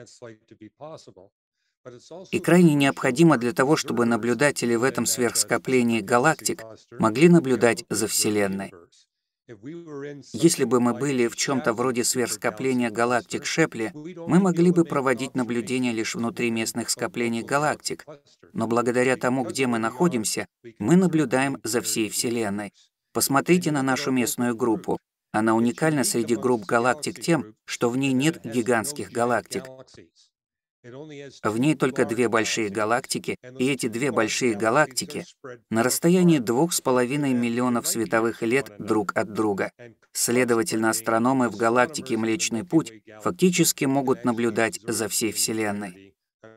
и крайне необходимо для того, чтобы наблюдатели в этом сверхскоплении галактик могли наблюдать за Вселенной. Если бы мы были в чем-то вроде сверхскопления галактик Шепли, мы могли бы проводить наблюдения лишь внутри местных скоплений галактик. Но благодаря тому, где мы находимся, мы наблюдаем за всей Вселенной. Посмотрите на нашу местную группу. Она уникальна среди групп галактик тем, что в ней нет гигантских галактик. В ней только две большие галактики, и эти две большие галактики на расстоянии двух с половиной миллионов световых лет друг от друга. Следовательно, астрономы в галактике Млечный Путь фактически могут наблюдать за всей Вселенной.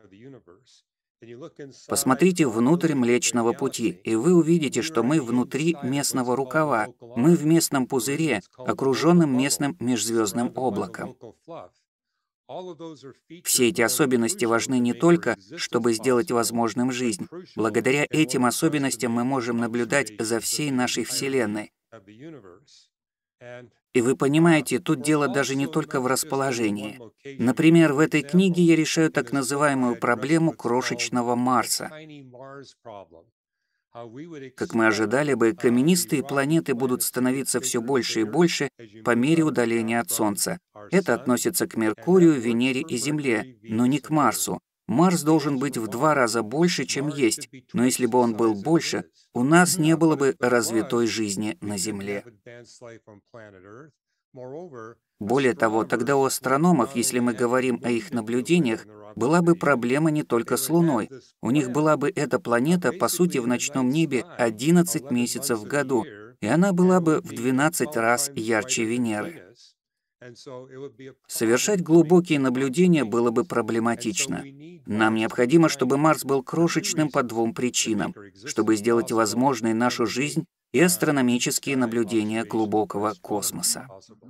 Посмотрите внутрь Млечного Пути, и вы увидите, что мы внутри местного рукава. Мы в местном пузыре, окруженном местным межзвездным облаком. Все эти особенности важны не только, чтобы сделать возможным жизнь. Благодаря этим особенностям мы можем наблюдать за всей нашей Вселенной. И вы понимаете, тут дело даже не только в расположении. Например, в этой книге я решаю так называемую проблему крошечного Марса. Как мы ожидали бы, каменистые планеты будут становиться все больше и больше по мере удаления от Солнца. Это относится к Меркурию, Венере и Земле, но не к Марсу. Марс должен быть в два раза больше, чем есть, но если бы он был больше, у нас не было бы развитой жизни на Земле. Более того, тогда у астрономов, если мы говорим о их наблюдениях, была бы проблема не только с Луной. У них была бы эта планета, по сути, в ночном небе одиннадцать месяцев в году, и она была бы в двенадцать раз ярче Венеры. Совершать глубокие наблюдения было бы проблематично. Нам необходимо, чтобы Марс был крошечным по двум причинам, чтобы сделать возможной нашу жизнь и астрономические наблюдения глубокого космоса.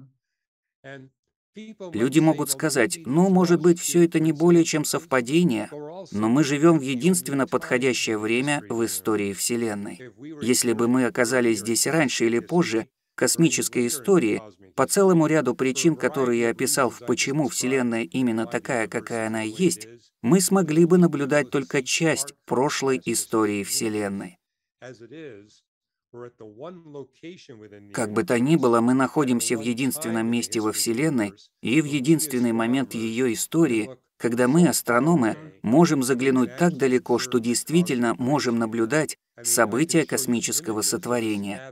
Люди могут сказать, ну, может быть, все это не более чем совпадение, но мы живем в единственно подходящее время в истории Вселенной. Если бы мы оказались здесь раньше или позже, космической истории, по целому ряду причин, которые я описал в «Почему Вселенная именно такая, какая она есть», мы смогли бы наблюдать только часть прошлой истории Вселенной. Как бы то ни было, мы находимся в единственном месте во Вселенной и в единственный момент ее истории, когда мы, астрономы, можем заглянуть так далеко, что действительно можем наблюдать события космического сотворения.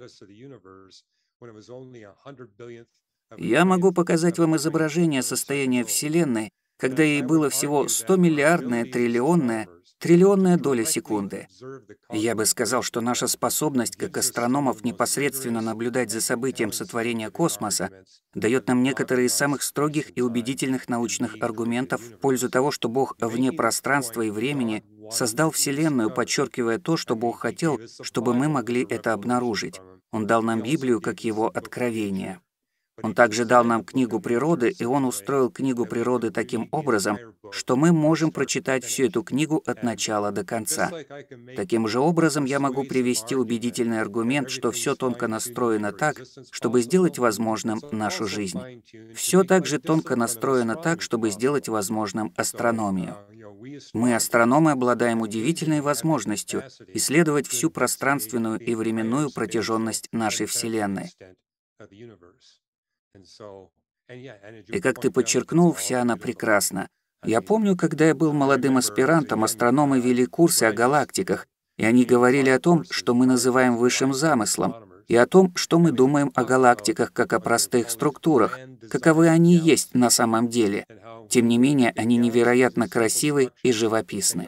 Я могу показать вам изображение состояния Вселенной, когда ей было всего сто миллиардная, триллионная, триллионная доля секунды. Я бы сказал, что наша способность как астрономов непосредственно наблюдать за событием сотворения космоса дает нам некоторые из самых строгих и убедительных научных аргументов в пользу того, что Бог вне пространства и времени создал Вселенную, подчеркивая то, что Бог хотел, чтобы мы могли это обнаружить. Он дал нам Библию как Его откровение. Он также дал нам книгу природы, и Он устроил книгу природы таким образом, что мы можем прочитать всю эту книгу от начала до конца. Таким же образом я могу привести убедительный аргумент, что все тонко настроено так, чтобы сделать возможным нашу жизнь. Все также тонко настроено так, чтобы сделать возможным астрономию. Мы, астрономы, обладаем удивительной возможностью исследовать всю пространственную и временную протяженность нашей Вселенной. И как ты подчеркнул, вся она прекрасна. Я помню, когда я был молодым аспирантом, астрономы вели курсы о галактиках, и они говорили о том, что мы называем высшим замыслом, и о том, что мы думаем о галактиках как о простых структурах, каковы они есть на самом деле. Тем не менее, они невероятно красивы и живописны.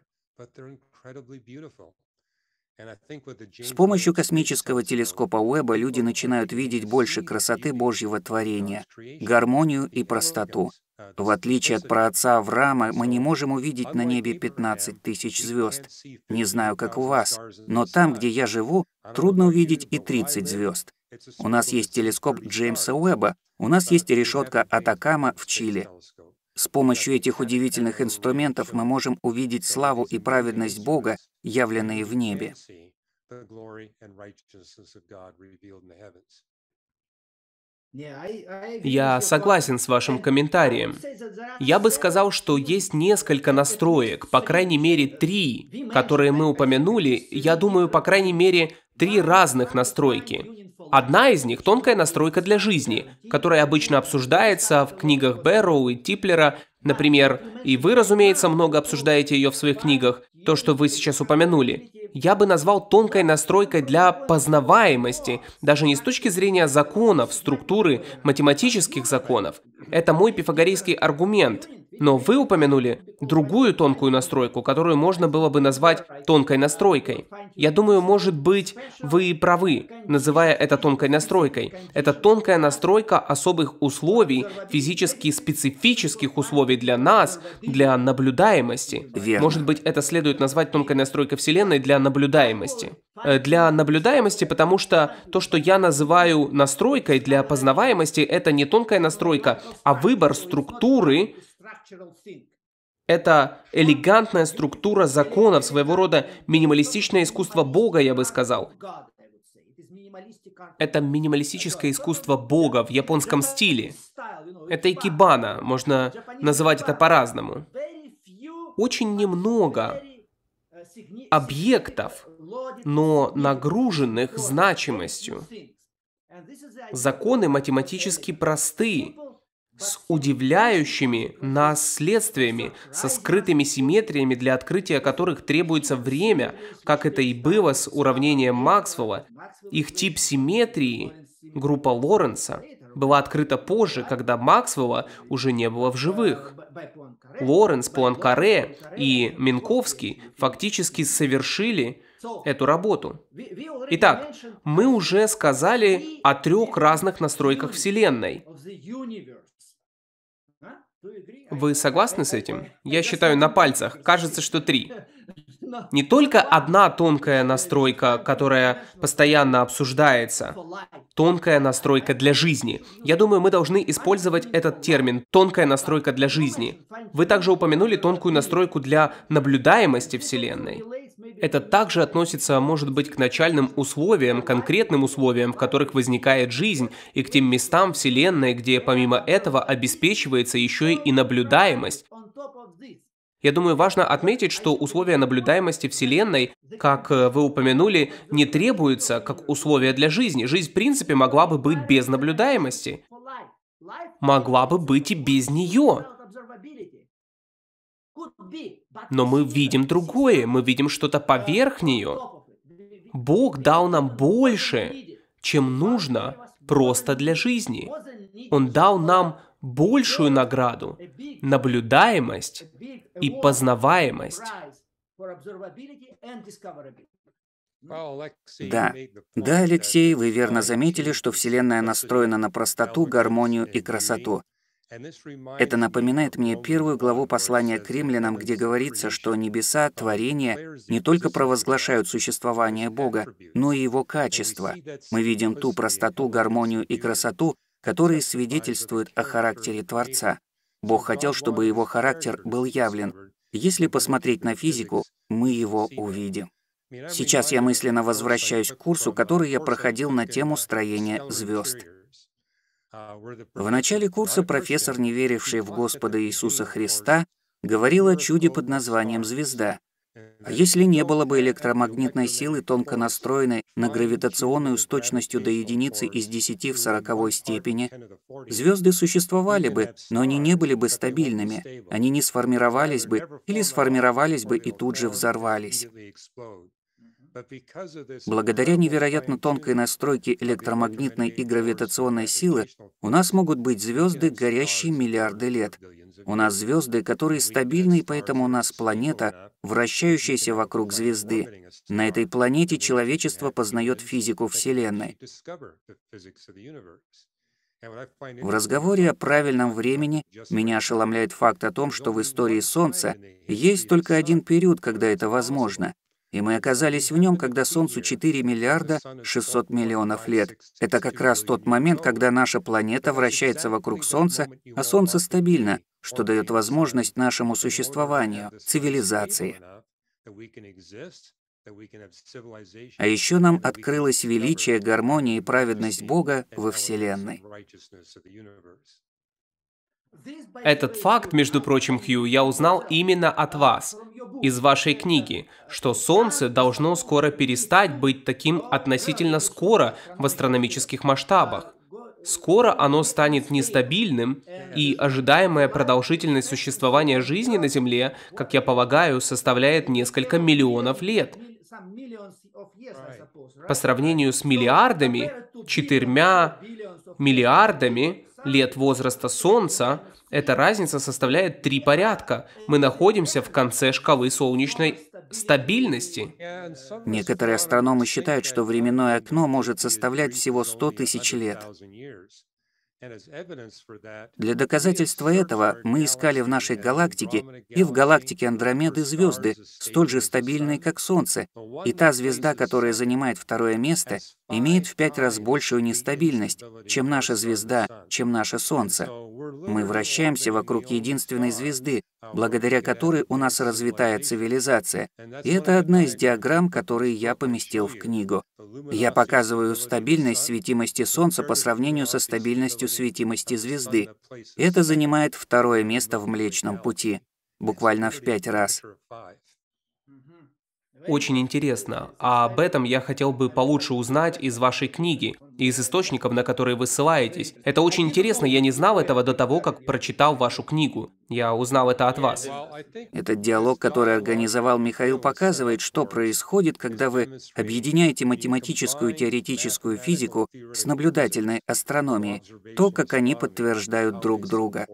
С помощью космического телескопа Уэбба люди начинают видеть больше красоты Божьего творения, гармонию и простоту. В отличие от праотца Авраама, мы не можем увидеть на небе пятнадцать тысяч звезд. Не знаю, как у вас, но там, где я живу, трудно увидеть и тридцать звезд. У нас есть телескоп Джеймса Уэбба, у нас есть решетка Атакама в Чили. С помощью этих удивительных инструментов мы можем увидеть славу и праведность Бога, явленные в небе. Я согласен с вашим комментарием. Я бы сказал, что есть несколько настроек, по крайней мере три, которые мы упомянули, я думаю, по крайней мере, три разных настройки. Одна из них — тонкая настройка для жизни, которая обычно обсуждается в книгах Бэрроу и Типлера, например, и вы, разумеется, много обсуждаете ее в своих книгах, то, что вы сейчас упомянули. Я бы назвал тонкой настройкой для познаваемости, даже не с точки зрения законов, структуры, математических законов. Это мой пифагорейский аргумент. Но вы упомянули другую тонкую настройку, которую можно было бы назвать тонкой настройкой. Я думаю, может быть, вы правы, называя это тонкой настройкой. Это тонкая настройка особых условий, физически специфических условий для нас, для наблюдаемости. Верно. Может быть, это следует назвать тонкой настройкой Вселенной для наблюдаемости. Для наблюдаемости, потому что то, что я называю настройкой для познаваемости, это не тонкая настройка, а выбор структуры. Это элегантная структура законов, своего рода минималистичное искусство Бога, я бы сказал. Это минималистическое искусство Бога в японском стиле. Это икебана, можно называть это по-разному. Очень немного объектов, но нагруженных значимостью. Законы математически просты, с удивляющими нас следствиями, со скрытыми симметриями, для открытия которых требуется время, как это и было с уравнением Максвелла. Их тип симметрии, группа Лоренца, была открыта позже, когда Максвелла уже не было в живых. Лоренц, Пуанкаре и Минковский фактически совершили эту работу. Итак, мы уже сказали о трех разных настройках Вселенной. Вы согласны с этим? Я считаю на пальцах. Кажется, что три. Не только одна тонкая настройка, которая постоянно обсуждается. Тонкая настройка для жизни. Я думаю, мы должны использовать этот термин «тонкая настройка для жизни». Вы также упомянули тонкую настройку для наблюдаемости Вселенной. Это также относится, может быть, к начальным условиям, конкретным условиям, в которых возникает жизнь, и к тем местам Вселенной, где помимо этого обеспечивается еще и наблюдаемость. Я думаю, важно отметить, что условия наблюдаемости Вселенной, как вы упомянули, не требуются как условия для жизни. Жизнь, в принципе, могла бы быть без наблюдаемости. Могла бы быть и без нее. Но мы видим другое, мы видим что-то поверх нее. Бог дал нам больше, чем нужно просто для жизни. Он дал нам большую награду – наблюдаемость и познаваемость. Да, да, Алексей, вы верно заметили, что Вселенная настроена на простоту, гармонию и красоту. Это напоминает мне первую главу послания к римлянам, где говорится, что небеса, творения не только провозглашают существование Бога, но и Его качество. Мы видим ту простоту, гармонию и красоту, которые свидетельствуют о характере Творца. Бог хотел, чтобы Его характер был явлен. Если посмотреть на физику, мы его увидим. Сейчас я мысленно возвращаюсь к курсу, который я проходил на тему строения звезд. В начале курса профессор, не веривший в Господа Иисуса Христа, говорил о чуде под названием «звезда». А если не было бы электромагнитной силы, тонко настроенной на гравитационную с точностью до единицы из десяти в сороковой степени, звезды существовали бы, но они не были бы стабильными, они не сформировались бы или сформировались бы и тут же взорвались. Благодаря невероятно тонкой настройке электромагнитной и гравитационной силы у нас могут быть звезды, горящие миллиарды лет. У нас звезды, которые стабильны, и поэтому у нас планета, вращающаяся вокруг звезды. На этой планете человечество познает физику Вселенной. В разговоре о правильном времени меня ошеломляет факт о том, что в истории Солнца есть только один период, когда это возможно. И мы оказались в нем, когда Солнцу четыре миллиарда шестьсот миллионов лет. Это как раз тот момент, когда наша планета вращается вокруг Солнца, а Солнце стабильно, что дает возможность нашему существованию, цивилизации. А еще нам открылось величие, гармония и праведность Бога во Вселенной. Этот факт, между прочим, Хью, я узнал именно от вас, из вашей книги, что Солнце должно скоро перестать быть таким относительно скоро в астрономических масштабах. Скоро оно станет нестабильным, и ожидаемая продолжительность существования жизни на Земле, как я полагаю, составляет несколько миллионов лет. По сравнению с миллиардами, четырьмя миллиардами лет возраста Солнца, эта разница составляет три порядка. Мы находимся в конце шкалы солнечной стабильности. Некоторые астрономы считают, что временное окно может составлять всего сто тысяч лет. Для доказательства этого мы искали в нашей галактике и в галактике Андромеды звезды, столь же стабильные, как Солнце, и та звезда, которая занимает второе место, имеет в пять раз большую нестабильность, чем наша звезда, чем наше Солнце. Мы вращаемся вокруг единственной звезды, благодаря которой у нас развитая цивилизация, и это одна из диаграмм, которые я поместил в книгу. Я показываю стабильность светимости Солнца по сравнению со стабильностью светимости звезды. Это занимает второе место в Млечном Пути, буквально в пять раз. Очень интересно. А об этом я хотел бы получше узнать из вашей книги, и из источников, на которые вы ссылаетесь. Это очень интересно, я не знал этого до того, как прочитал вашу книгу. Я узнал это от вас. Этот диалог, который организовал Михаил, показывает, что происходит, когда вы объединяете математическую теоретическую физику с наблюдательной астрономией, то, как они подтверждают друг друга.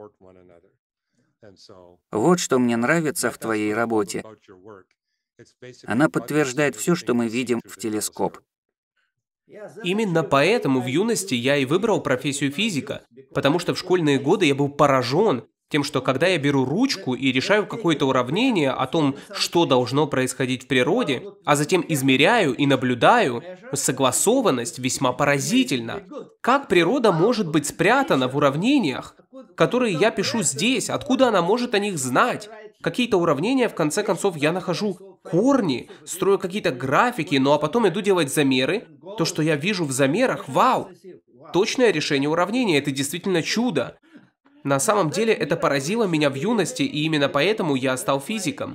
Вот что мне нравится в твоей работе. Она подтверждает все, что мы видим в телескоп. Именно поэтому в юности я и выбрал профессию физика, потому что в школьные годы я был поражен тем, что когда я беру ручку и решаю какое-то уравнение о том, что должно происходить в природе, а затем измеряю и наблюдаю, согласованность весьма поразительна. Как природа может быть спрятана в уравнениях, которые я пишу здесь? Откуда она может о них знать? Какие-то уравнения, в конце концов, я нахожу корни, строю какие-то графики, ну а потом иду делать замеры. То, что я вижу в замерах, вау! Точное решение уравнения, это действительно чудо. На самом деле это поразило меня в юности, и именно поэтому я стал физиком.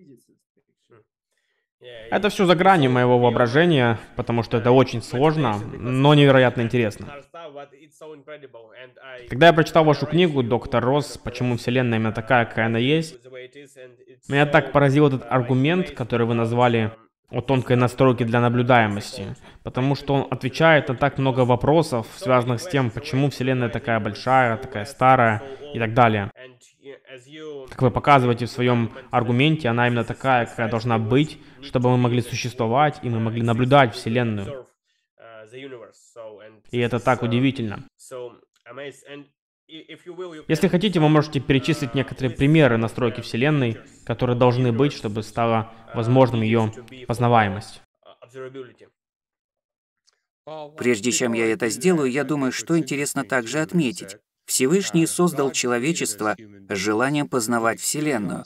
Это все за гранью моего воображения, потому что это очень сложно, но невероятно интересно. Когда я прочитал вашу книгу «Доктор Росс. Почему Вселенная именно такая, какая она есть», меня так поразил этот аргумент, который вы назвали о тонкой настройке для наблюдаемости, потому что он отвечает на так много вопросов, связанных с тем, почему Вселенная такая большая, такая старая и так далее. Как вы показываете в своем аргументе, она именно такая, какая должна быть, чтобы мы могли существовать и мы могли наблюдать Вселенную. И это так удивительно. Если хотите, вы можете перечислить некоторые примеры настройки Вселенной, которые должны быть, чтобы стала возможным ее познаваемость. Прежде чем я это сделаю, я думаю, что интересно также отметить. Всевышний создал человечество с желанием познавать Вселенную.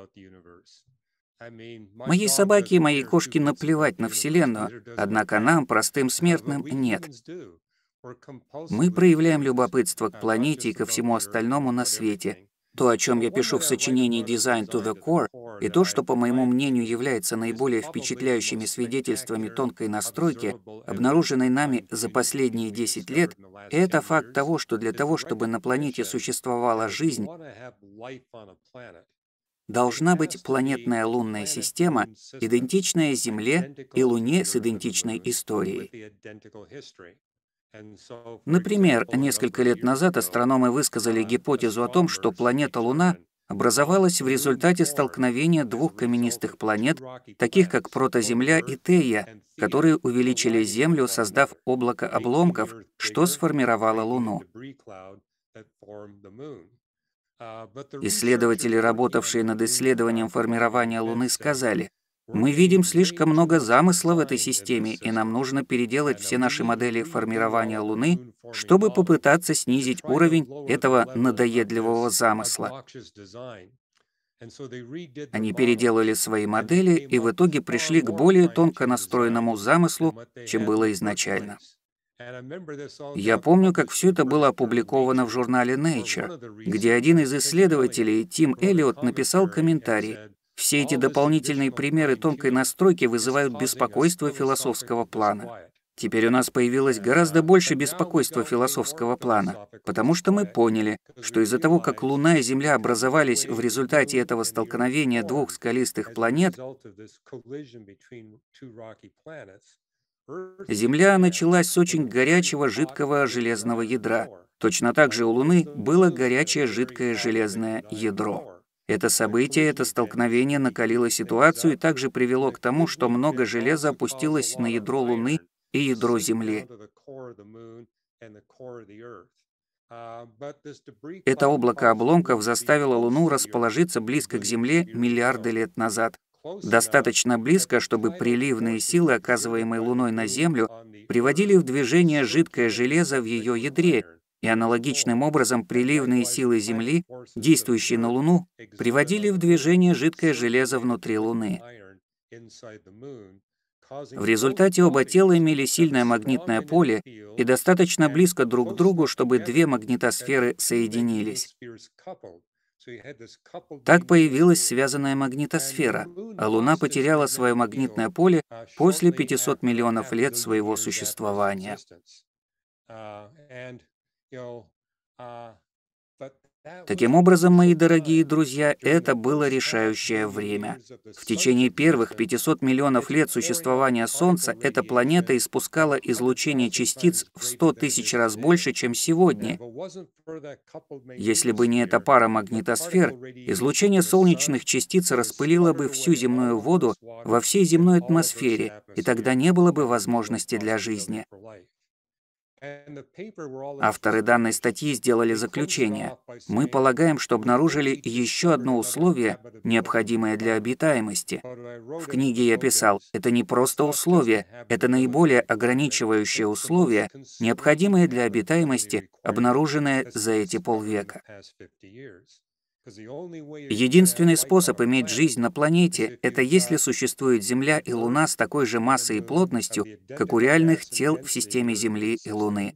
Моей собаке и моей кошке наплевать на Вселенную, однако нам, простым смертным, нет. Мы проявляем любопытство к планете и ко всему остальному на свете. То, о чем я пишу в сочинении «Design to the Core», и то, что, по моему мнению, является наиболее впечатляющими свидетельствами тонкой настройки, обнаруженной нами за последние десять лет, это факт того, что для того, чтобы на планете существовала жизнь, должна быть планетная лунная система, идентичная Земле и Луне с идентичной историей. Например, несколько лет назад астрономы высказали гипотезу о том, что планета Луна образовалась в результате столкновения двух каменистых планет, таких как протоземля и Тея, которые увеличили Землю, создав облако обломков, что сформировало Луну. Исследователи, работавшие над исследованием формирования Луны, сказали: «Мы видим слишком много замысла в этой системе, и нам нужно переделать все наши модели формирования Луны, чтобы попытаться снизить уровень этого надоедливого замысла». Они переделали свои модели и в итоге пришли к более тонко настроенному замыслу, чем было изначально. Я помню, как все это было опубликовано в журнале Nature, где один из исследователей, Тим Эллиот, написал комментарий: «Все эти дополнительные примеры тонкой настройки вызывают беспокойство философского плана». Теперь у нас появилось гораздо больше беспокойства философского плана, потому что мы поняли, что из-за того, как Луна и Земля образовались в результате этого столкновения двух скалистых планет, Земля началась с очень горячего жидкого железного ядра. Точно так же у Луны было горячее жидкое железное ядро. Это событие, это столкновение накалило ситуацию и также привело к тому, что много железа опустилось на ядро Луны и ядро Земли. Это облако обломков заставило Луну расположиться близко к Земле миллиарды лет назад. Достаточно близко, чтобы приливные силы, оказываемые Луной на Землю, приводили в движение жидкое железо в ее ядре, и аналогичным образом приливные силы Земли, действующие на Луну, приводили в движение жидкое железо внутри Луны. В результате оба тела имели сильное магнитное поле и достаточно близко друг к другу, чтобы две магнитосферы соединились. Так появилась связанная магнитосфера, а Луна потеряла свое магнитное поле после пятисот миллионов лет своего существования. Таким образом, мои дорогие друзья, это было решающее время. В течение первых пятисот миллионов лет существования Солнца эта планета испускала излучение частиц в сто тысяч раз больше, чем сегодня. Если бы не эта пара магнитосфер, излучение солнечных частиц распылило бы всю земную воду во всей земной атмосфере, и тогда не было бы возможности для жизни. Авторы данной статьи сделали заключение. Мы полагаем, что обнаружили еще одно условие, необходимое для обитаемости. В книге я писал, это не просто условие, это наиболее ограничивающее условие, необходимое для обитаемости, обнаруженное за эти полвека. Единственный способ иметь жизнь на планете — это если существует Земля и Луна с такой же массой и плотностью, как у реальных тел в системе Земли и Луны.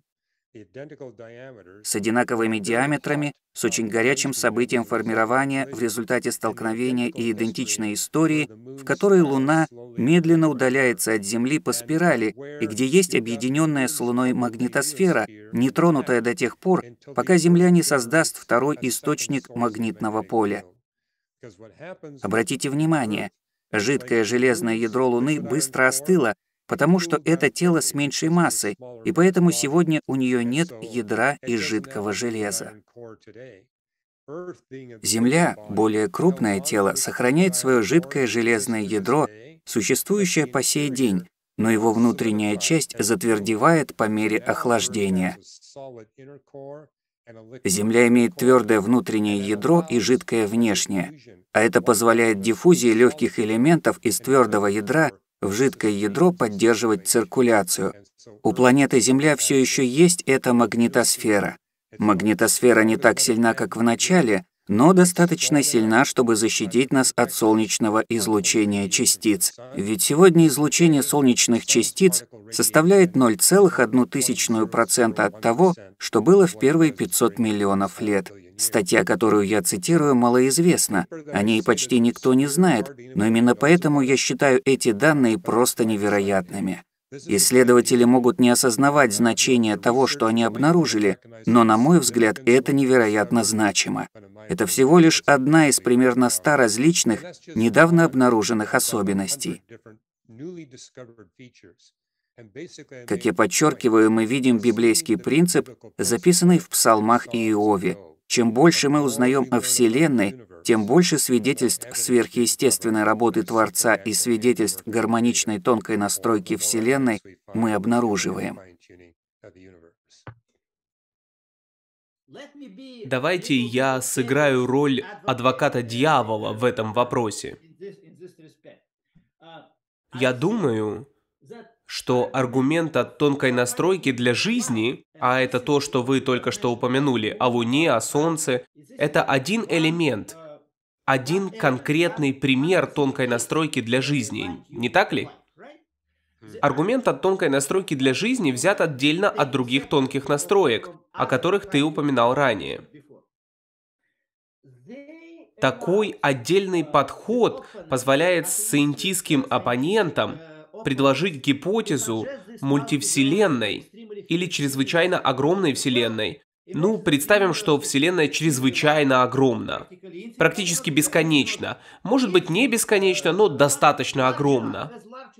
С одинаковыми диаметрами, с очень горячим событием формирования в результате столкновения и идентичной истории, в которой Луна медленно удаляется от Земли по спирали и где есть объединенная с Луной магнитосфера, не тронутая до тех пор, пока Земля не создаст второй источник магнитного поля. Обратите внимание, жидкое железное ядро Луны быстро остыло, потому что это тело с меньшей массой, и поэтому сегодня у нее нет ядра из жидкого железа. Земля, более крупное тело, сохраняет свое жидкое железное ядро, существующее по сей день, но его внутренняя часть затвердевает по мере охлаждения. Земля имеет твердое внутреннее ядро и жидкое внешнее, а это позволяет диффузии легких элементов из твердого ядра в жидкое ядро поддерживать циркуляцию. У планеты Земля все еще есть эта магнитосфера. Магнитосфера не так сильна, как в начале, но достаточно сильна, чтобы защитить нас от солнечного излучения частиц. Ведь сегодня излучение солнечных частиц составляет ноль целых одну тысячную процента от того, что было в первые пятьсот миллионов лет. Статья, которую я цитирую, малоизвестна, о ней почти никто не знает, но именно поэтому я считаю эти данные просто невероятными. Исследователи могут не осознавать значение того, что они обнаружили, но, на мой взгляд, это невероятно значимо. Это всего лишь одна из примерно ста различных, недавно обнаруженных особенностей. Как я подчеркиваю, мы видим библейский принцип, записанный в Псалмах и Иове. Чем больше мы узнаем о Вселенной, тем больше свидетельств сверхъестественной работы Творца и свидетельств гармоничной тонкой настройки Вселенной мы обнаруживаем. Давайте я сыграю роль адвоката дьявола в этом вопросе. Я думаю, что аргумент о тонкой настройке для жизни, а это то, что вы только что упомянули, о Луне, о Солнце, это один элемент, один конкретный пример тонкой настройки для жизни, не так ли? Аргумент о тонкой настройке для жизни взят отдельно от других тонких настроек, о которых ты упоминал ранее. Такой отдельный подход позволяет сциентистским оппонентам предложить гипотезу мультивселенной или чрезвычайно огромной вселенной. Ну, представим, что вселенная чрезвычайно огромна, практически бесконечна. Может быть, не бесконечно, но достаточно огромна.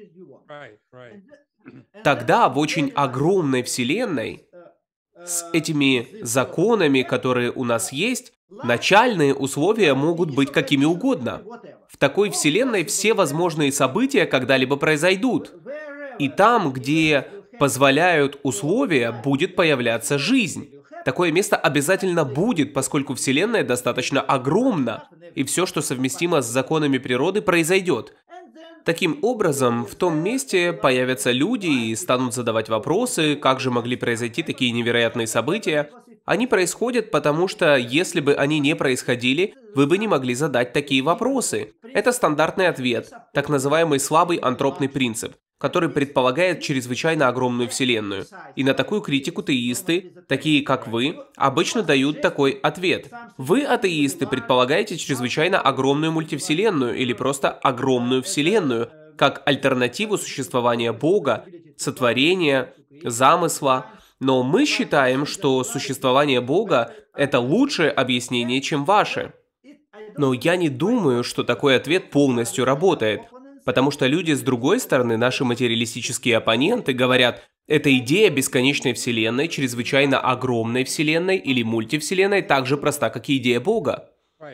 Тогда в очень огромной вселенной с этими законами, которые у нас есть, начальные условия могут быть какими угодно. В такой вселенной все возможные события когда-либо произойдут. И там, где позволяют условия, будет появляться жизнь. Такое место обязательно будет, поскольку вселенная достаточно огромна, и все, что совместимо с законами природы, произойдет. Таким образом, в том месте появятся люди и станут задавать вопросы, как же могли произойти такие невероятные события. Они происходят, потому что, если бы они не происходили, вы бы не могли задать такие вопросы. Это стандартный ответ, так называемый слабый антропный принцип. который предполагает чрезвычайно огромную Вселенную. И на такую критику теисты, такие как вы, обычно дают такой ответ. Вы, атеисты, предполагаете чрезвычайно огромную мультивселенную или просто огромную Вселенную, как альтернативу существования Бога, сотворения, замысла. Но мы считаем, что существование Бога – это лучшее объяснение, чем ваше. Но я не думаю, что такой ответ полностью работает. Потому что люди с другой стороны, наши материалистические оппоненты, говорят, эта идея бесконечной Вселенной, чрезвычайно огромной Вселенной или мультивселенной так же проста, как и идея Бога.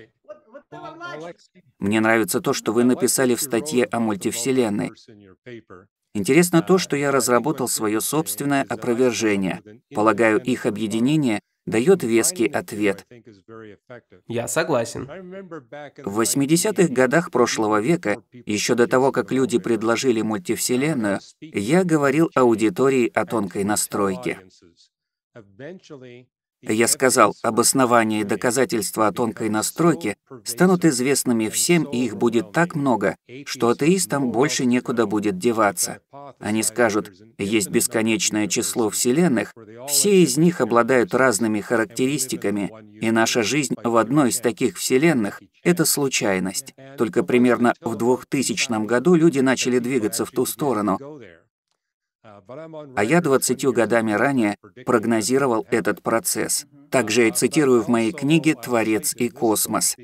Мне нравится то, что вы написали в статье о мультивселенной. Интересно то, что я разработал свое собственное опровержение. Полагаю, их объединение дает веский ответ. Я согласен. В восьмидесятых годах прошлого века, еще до того, как люди предложили мультивселенную, я говорил аудитории о тонкой настройке. Я сказал, обоснования и доказательства о тонкой настройке станут известными всем, и их будет так много, что атеистам больше некуда будет деваться. Они скажут, есть бесконечное число вселенных, все из них обладают разными характеристиками, и наша жизнь в одной из таких вселенных — это случайность. Только примерно в двухтысячном году люди начали двигаться в ту сторону. А я двадцатью годами ранее прогнозировал этот процесс. Также я цитирую в моей книге «Творец и космос».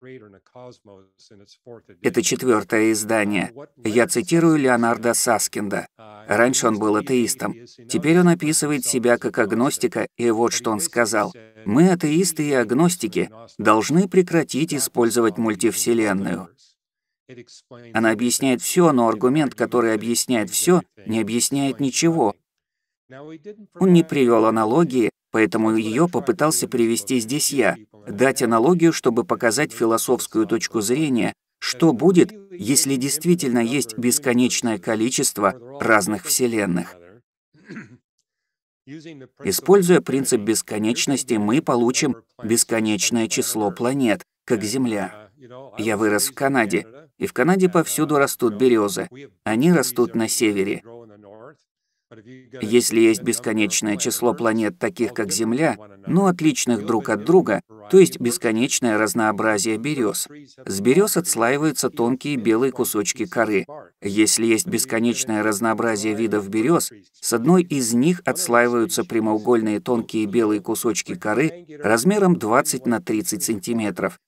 Это четвертое издание. Я цитирую Леонарда Саскинда. Раньше он был атеистом. Теперь он описывает себя как агностика, и вот что он сказал. «Мы, атеисты и агностики, должны прекратить использовать мультивселенную». Она объясняет все, но аргумент, который объясняет все, не объясняет ничего. Он не привел аналогии, поэтому ее попытался привести здесь я, дать аналогию, чтобы показать философскую точку зрения, что будет, если действительно есть бесконечное количество разных вселенных. Используя принцип бесконечности, мы получим бесконечное число планет, как Земля. Я вырос в Канаде, и в Канаде повсюду растут березы. Они растут на севере. Если есть бесконечное число планет, таких как Земля, но отличных друг от друга, то есть бесконечное разнообразие берез. С берез отслаиваются тонкие белые кусочки коры. Если есть бесконечное разнообразие видов берез, с одной из них отслаиваются прямоугольные тонкие белые кусочки коры размером двадцать на тридцать сантиметров.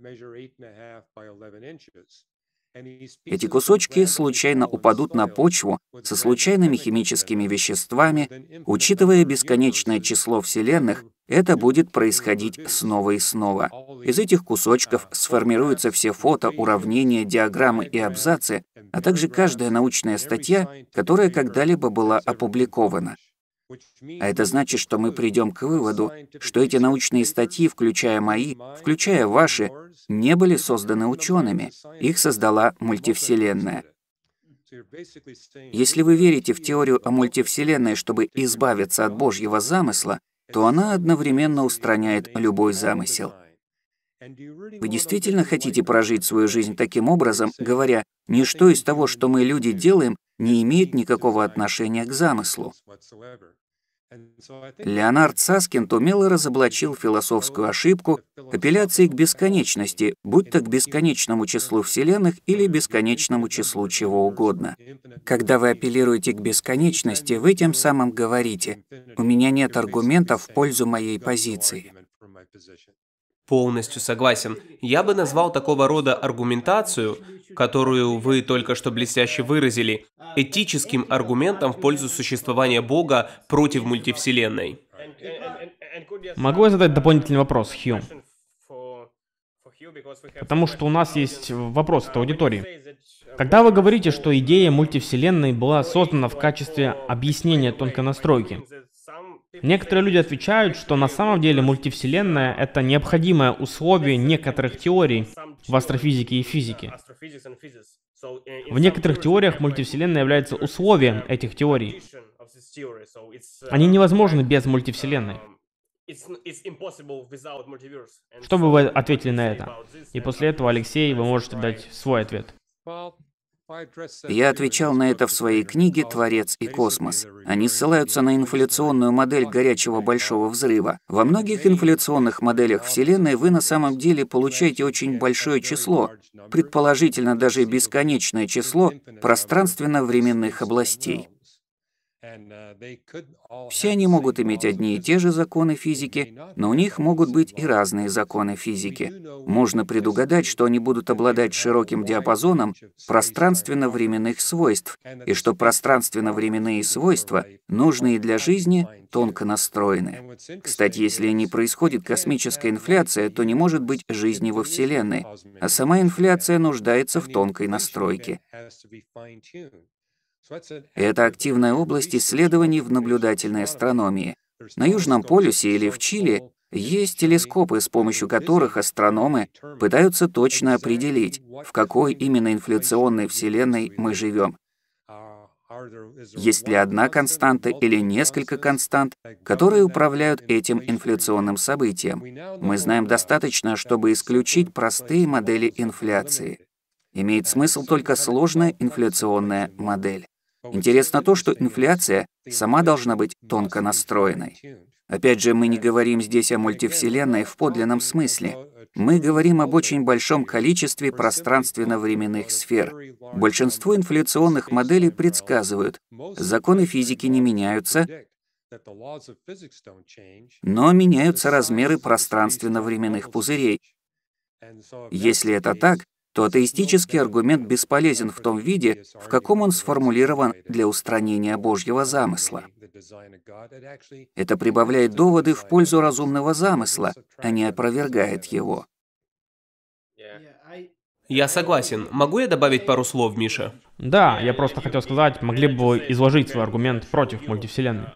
Эти кусочки случайно упадут на почву со случайными химическими веществами. Учитывая бесконечное число вселенных, это будет происходить снова и снова. Из этих кусочков сформируются все фото, уравнения, диаграммы и абзацы, а также каждая научная статья, которая когда-либо была опубликована. А это значит, что мы придем к выводу, что эти научные статьи, включая мои, включая ваши, не были созданы учеными. Их создала мультивселенная. Если вы верите в теорию о мультивселенной, чтобы избавиться от Божьего замысла, то она одновременно устраняет любой замысел. Вы действительно хотите прожить свою жизнь таким образом, говоря, ничто из того, что мы, люди, делаем, не имеет никакого отношения к замыслу? Леонард Саскинд умело разоблачил философскую ошибку апелляции к бесконечности, будь то к бесконечному числу вселенных или бесконечному числу чего угодно. Когда вы апеллируете к бесконечности, вы тем самым говорите, «У меня нет аргументов в пользу моей позиции». Полностью согласен. Я бы назвал такого рода аргументацию, которую вы только что блестяще выразили, этическим аргументом в пользу существования Бога против мультивселенной. Могу я задать дополнительный вопрос, Хью? Потому что у нас есть вопрос от аудитории. Когда вы говорите, что идея мультивселенной была создана в качестве объяснения тонкой настройки, некоторые люди отвечают, что на самом деле мультивселенная — это необходимое условие некоторых теорий в астрофизике и физике. В некоторых теориях мультивселенная является условием этих теорий. Они невозможны без мультивселенной. Что бы вы ответили на это? И после этого, Алексей, вы можете дать свой ответ. Я отвечал на это в своей книге «Творец и космос». Они ссылаются на инфляционную модель горячего большого взрыва. Во многих инфляционных моделях Вселенной вы на самом деле получаете очень большое число, предположительно даже бесконечное число пространственно-временных областей. Все они могут иметь одни и те же законы физики, но у них могут быть и разные законы физики. Можно предугадать, что они будут обладать широким диапазоном пространственно-временных свойств, и что пространственно-временные свойства, нужные для жизни, тонко настроены. Кстати, если не происходит космическая инфляция, то не может быть жизни во Вселенной, а сама инфляция нуждается в тонкой настройке. Это активная область исследований в наблюдательной астрономии. На Южном полюсе или в Чили есть телескопы, с помощью которых астрономы пытаются точно определить, в какой именно инфляционной Вселенной мы живем. Есть ли одна константа или несколько констант, которые управляют этим инфляционным событием? Мы знаем достаточно, чтобы исключить простые модели инфляции. Имеет смысл только сложная инфляционная модель. Интересно то, что инфляция сама должна быть тонко настроенной. Опять же, мы не говорим здесь о мультивселенной в подлинном смысле. Мы говорим об очень большом количестве пространственно-временных сфер. Большинство инфляционных моделей предсказывают, законы физики не меняются, но меняются размеры пространственно-временных пузырей. Если это так, то атеистический аргумент бесполезен в том виде, в каком он сформулирован для устранения Божьего замысла. Это прибавляет доводы в пользу разумного замысла, а не опровергает его. Я согласен. Могу я добавить пару слов, Миша? Да, я просто хотел сказать, могли бы вы изложить свой аргумент против мультивселенной?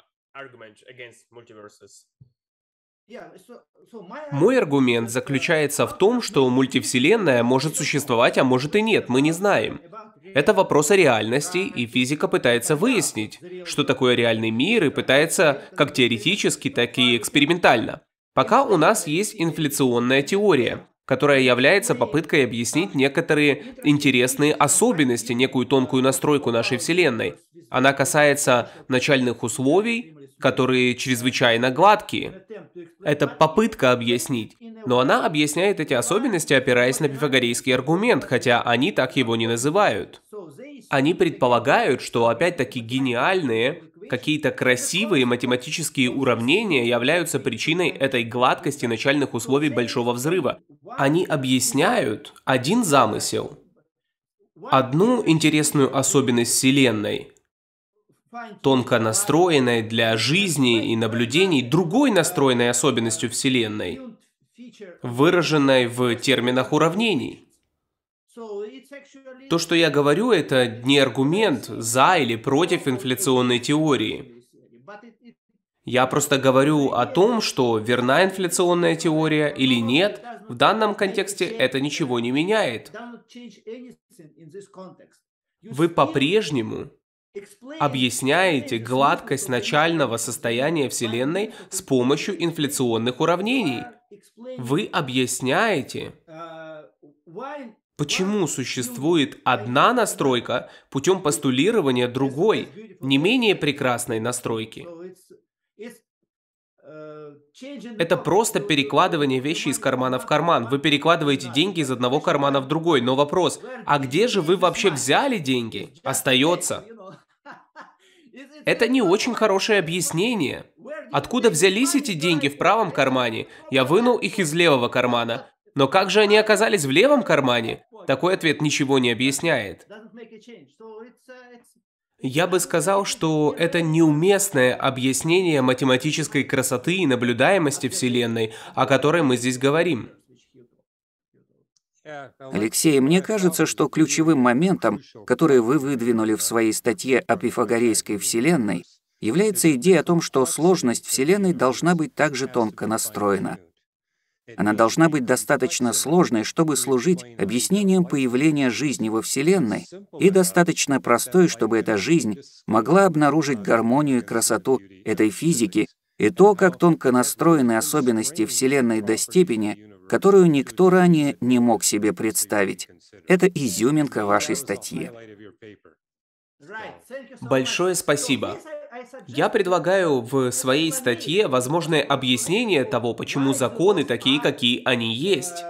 Мой аргумент заключается в том, что мультивселенная может существовать, а может и нет, мы не знаем. Это вопрос о реальности, и физика пытается выяснить, что такое реальный мир, и пытается как теоретически, так и экспериментально. Пока у нас есть инфляционная теория, которая является попыткой объяснить некоторые интересные особенности, некую тонкую настройку нашей Вселенной. Она касается начальных условий, которые чрезвычайно гладкие. Это попытка объяснить, но она объясняет эти особенности, опираясь на пифагорейский аргумент, хотя они так его не называют. Они предполагают, что опять-таки гениальные, какие-то красивые математические уравнения являются причиной этой гладкости начальных условий Большого взрыва. Они объясняют один замысел, одну интересную особенность Вселенной, тонко настроенной для жизни и наблюдений, другой настроенной особенностью Вселенной, выраженной в терминах уравнений. То, что я говорю, это не аргумент за или против инфляционной теории. Я просто говорю о том, что верна инфляционная теория или нет, в данном контексте это ничего не меняет. Вы по-прежнему объясняете гладкость начального состояния Вселенной с помощью инфляционных уравнений. Вы объясняете, почему существует одна настройка путем постулирования другой, не менее прекрасной настройки. Это просто перекладывание вещей из кармана в карман. Вы перекладываете деньги из одного кармана в другой. Но вопрос, а где же вы вообще взяли деньги? Остается. Это не очень хорошее объяснение. Откуда взялись эти деньги в правом кармане? Я вынул их из левого кармана. Но как же они оказались в левом кармане? Такой ответ ничего не объясняет. Я бы сказал, что это неуместное объяснение математической красоты и наблюдаемости Вселенной, о которой мы здесь говорим. Алексей, мне кажется, что ключевым моментом, который вы выдвинули в своей статье о пифагорейской Вселенной, является идея о том, что сложность Вселенной должна быть также тонко настроена. Она должна быть достаточно сложной, чтобы служить объяснением появления жизни во Вселенной, и достаточно простой, чтобы эта жизнь могла обнаружить гармонию и красоту этой физики и то, как тонко настроены особенности Вселенной до степени, которую никто ранее не мог себе представить. Это изюминка вашей статьи. Большое спасибо. Я предлагаю в своей статье возможное объяснение того, почему законы такие, какие они есть.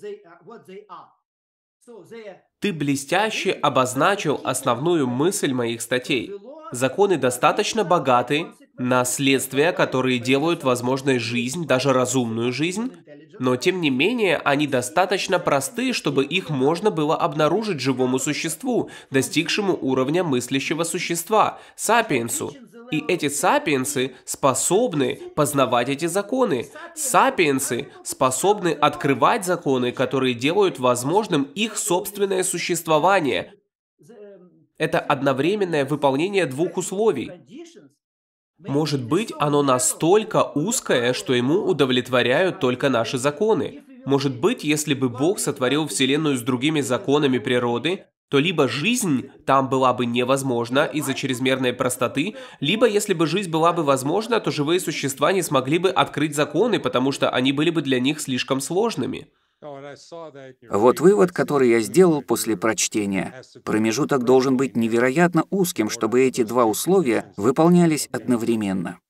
Ты блестяще обозначил основную мысль моих статей. Законы достаточно богаты на следствия, которые делают возможной жизнь, даже разумную жизнь, но тем не менее они достаточно просты, чтобы их можно было обнаружить живому существу, достигшему уровня мыслящего существа, сапиенсу. И эти сапиенсы способны познавать эти законы. Сапиенсы способны открывать законы, которые делают возможным их собственное существование. Это одновременное выполнение двух условий. Может быть, оно настолько узкое, что ему удовлетворяют только наши законы. Может быть, если бы Бог сотворил Вселенную с другими законами природы, то либо жизнь там была бы невозможна из-за чрезмерной простоты, либо если бы жизнь была бы возможна, то живые существа не смогли бы открыть законы, потому что они были бы для них слишком сложными. Вот вывод, который я сделал после прочтения. Промежуток должен быть невероятно узким, чтобы эти два условия выполнялись одновременно.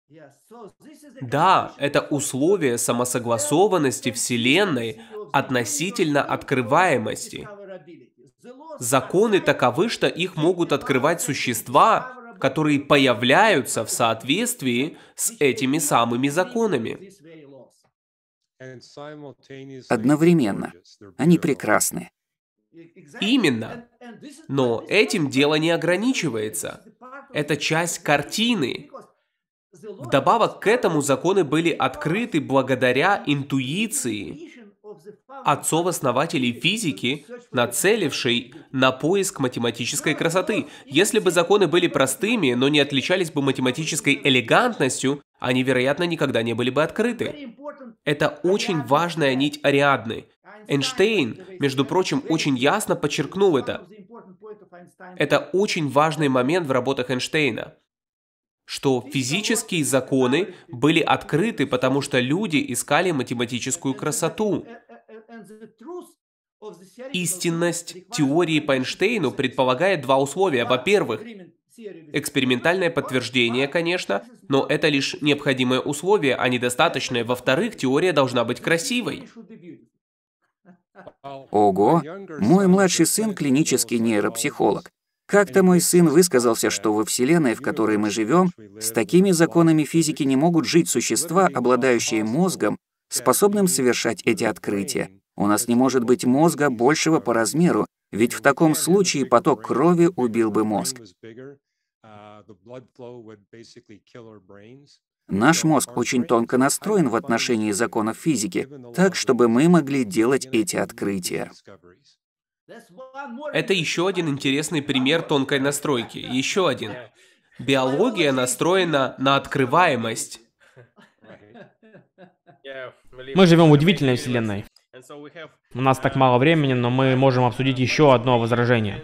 Да, это условие самосогласованности Вселенной относительно открываемости. Законы таковы, что их могут открывать существа, которые появляются в соответствии с этими самыми законами. Одновременно. Они прекрасны. Именно. Но этим дело не ограничивается. Это часть картины. Вдобавок к этому законы были открыты благодаря интуиции отцов-основателей физики, нацелившей на поиск математической красоты. Если бы законы были простыми, но не отличались бы математической элегантностью, они, вероятно, никогда не были бы открыты. Это очень важная нить Ариадны. Эйнштейн, между прочим, очень ясно подчеркнул это. Это очень важный момент в работах Эйнштейна, что физические законы были открыты, потому что люди искали математическую красоту. Истинность теории по Эйнштейну предполагает два условия. Во-первых, экспериментальное подтверждение, конечно, но это лишь необходимое условие, а недостаточное. Во-вторых, теория должна быть красивой. Ого! Мой младший сын клинический нейропсихолог. Как-то мой сын высказался, что во Вселенной, в которой мы живем, с такими законами физики не могут жить существа, обладающие мозгом, способным совершать эти открытия. У нас не может быть мозга большего по размеру, ведь в таком случае поток крови убил бы мозг. Наш мозг очень тонко настроен в отношении законов физики, так, чтобы мы могли делать эти открытия. Это еще один интересный пример тонкой настройки. Еще один. Биология настроена на открываемость. Мы живем в удивительной вселенной. У нас так мало времени, но мы можем обсудить еще одно возражение.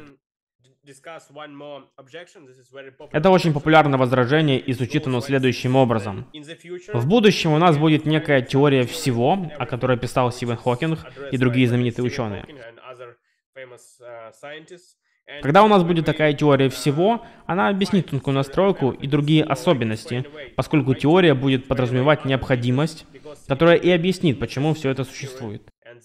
Это очень популярное возражение, и звучит оно следующим образом. В будущем у нас будет некая теория всего, о которой писал Стивен Хокинг и другие знаменитые ученые. Когда у нас будет такая теория всего, она объяснит тонкую настройку и другие особенности, поскольку теория будет подразумевать необходимость, которая и объяснит, почему все это существует.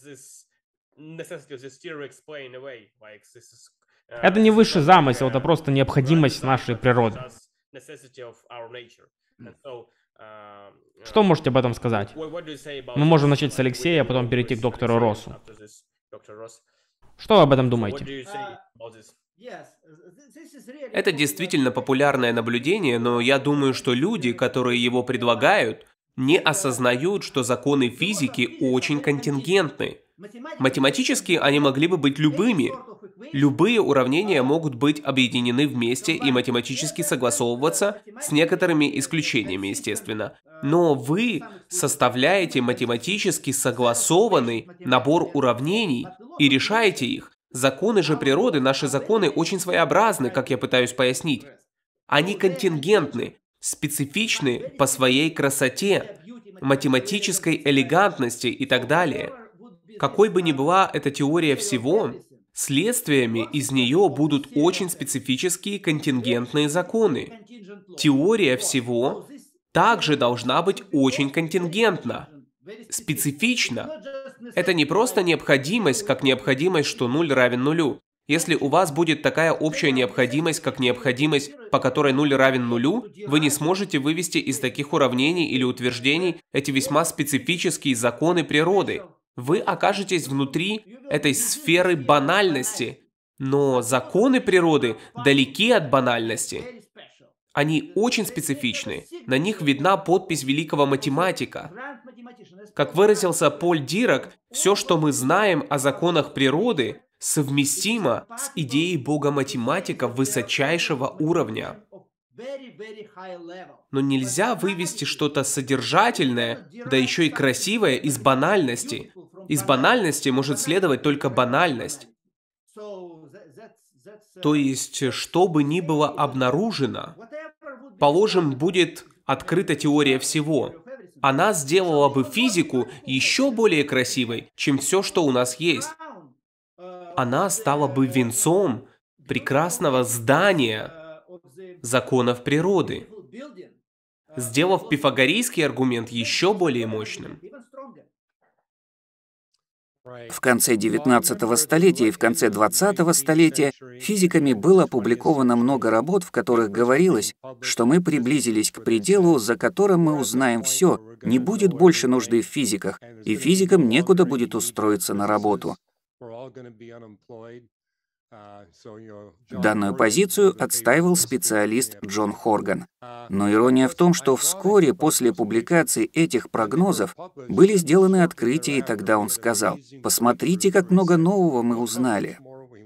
Это не высший замысел, это просто необходимость нашей природы. Что можете об этом сказать? Мы можем начать с Алексея, а потом перейти к доктору Россу. Что вы об этом думаете? Это действительно популярное наблюдение, но я думаю, что люди, которые его предлагают, не осознают, что законы физики очень контингентны. Математически они могли бы быть любыми. Любые уравнения могут быть объединены вместе и математически согласовываться, с некоторыми исключениями, естественно. Но вы составляете математически согласованный набор уравнений и решаете их. Законы же природы, наши законы очень своеобразны, как я пытаюсь пояснить. Они контингентны, специфичны по своей красоте, математической элегантности и так далее. Какой бы ни была эта теория всего, Следствиями из нее будут очень специфические контингентные законы. Теория всего также должна быть очень контингентна, специфична. Это не просто необходимость, как необходимость, что нуль равен нулю. Если у вас будет такая общая необходимость, как необходимость, по которой нуль равен нулю, вы не сможете вывести из таких уравнений или утверждений эти весьма специфические законы природы. Вы окажетесь внутри этой сферы банальности, но законы природы далеки от банальности. Они очень специфичны, на них видна подпись великого математика. Как выразился Поль Дирак, все, что мы знаем о законах природы, совместимо с идеей бога-математика высочайшего уровня. Но нельзя вывести что-то содержательное, да еще и красивое, из банальности. Из банальности может следовать только банальность. То есть, что бы ни было обнаружено, положим, будет открыта теория всего. Она сделала бы физику еще более красивой, чем все, что у нас есть. Она стала бы венцом прекрасного здания законов природы, сделав пифагорейский аргумент еще более мощным. В конце девятнадцатого столетия и в конце двадцатого столетия физиками было опубликовано много работ, в которых говорилось, что мы приблизились к пределу, за которым мы узнаем все, не будет больше нужды в физиках, и физикам некуда будет устроиться на работу. Данную позицию отстаивал специалист Джон Хорган. Но ирония в том, что вскоре после публикации этих прогнозов были сделаны открытия, и тогда он сказал: «Посмотрите, как много нового мы узнали».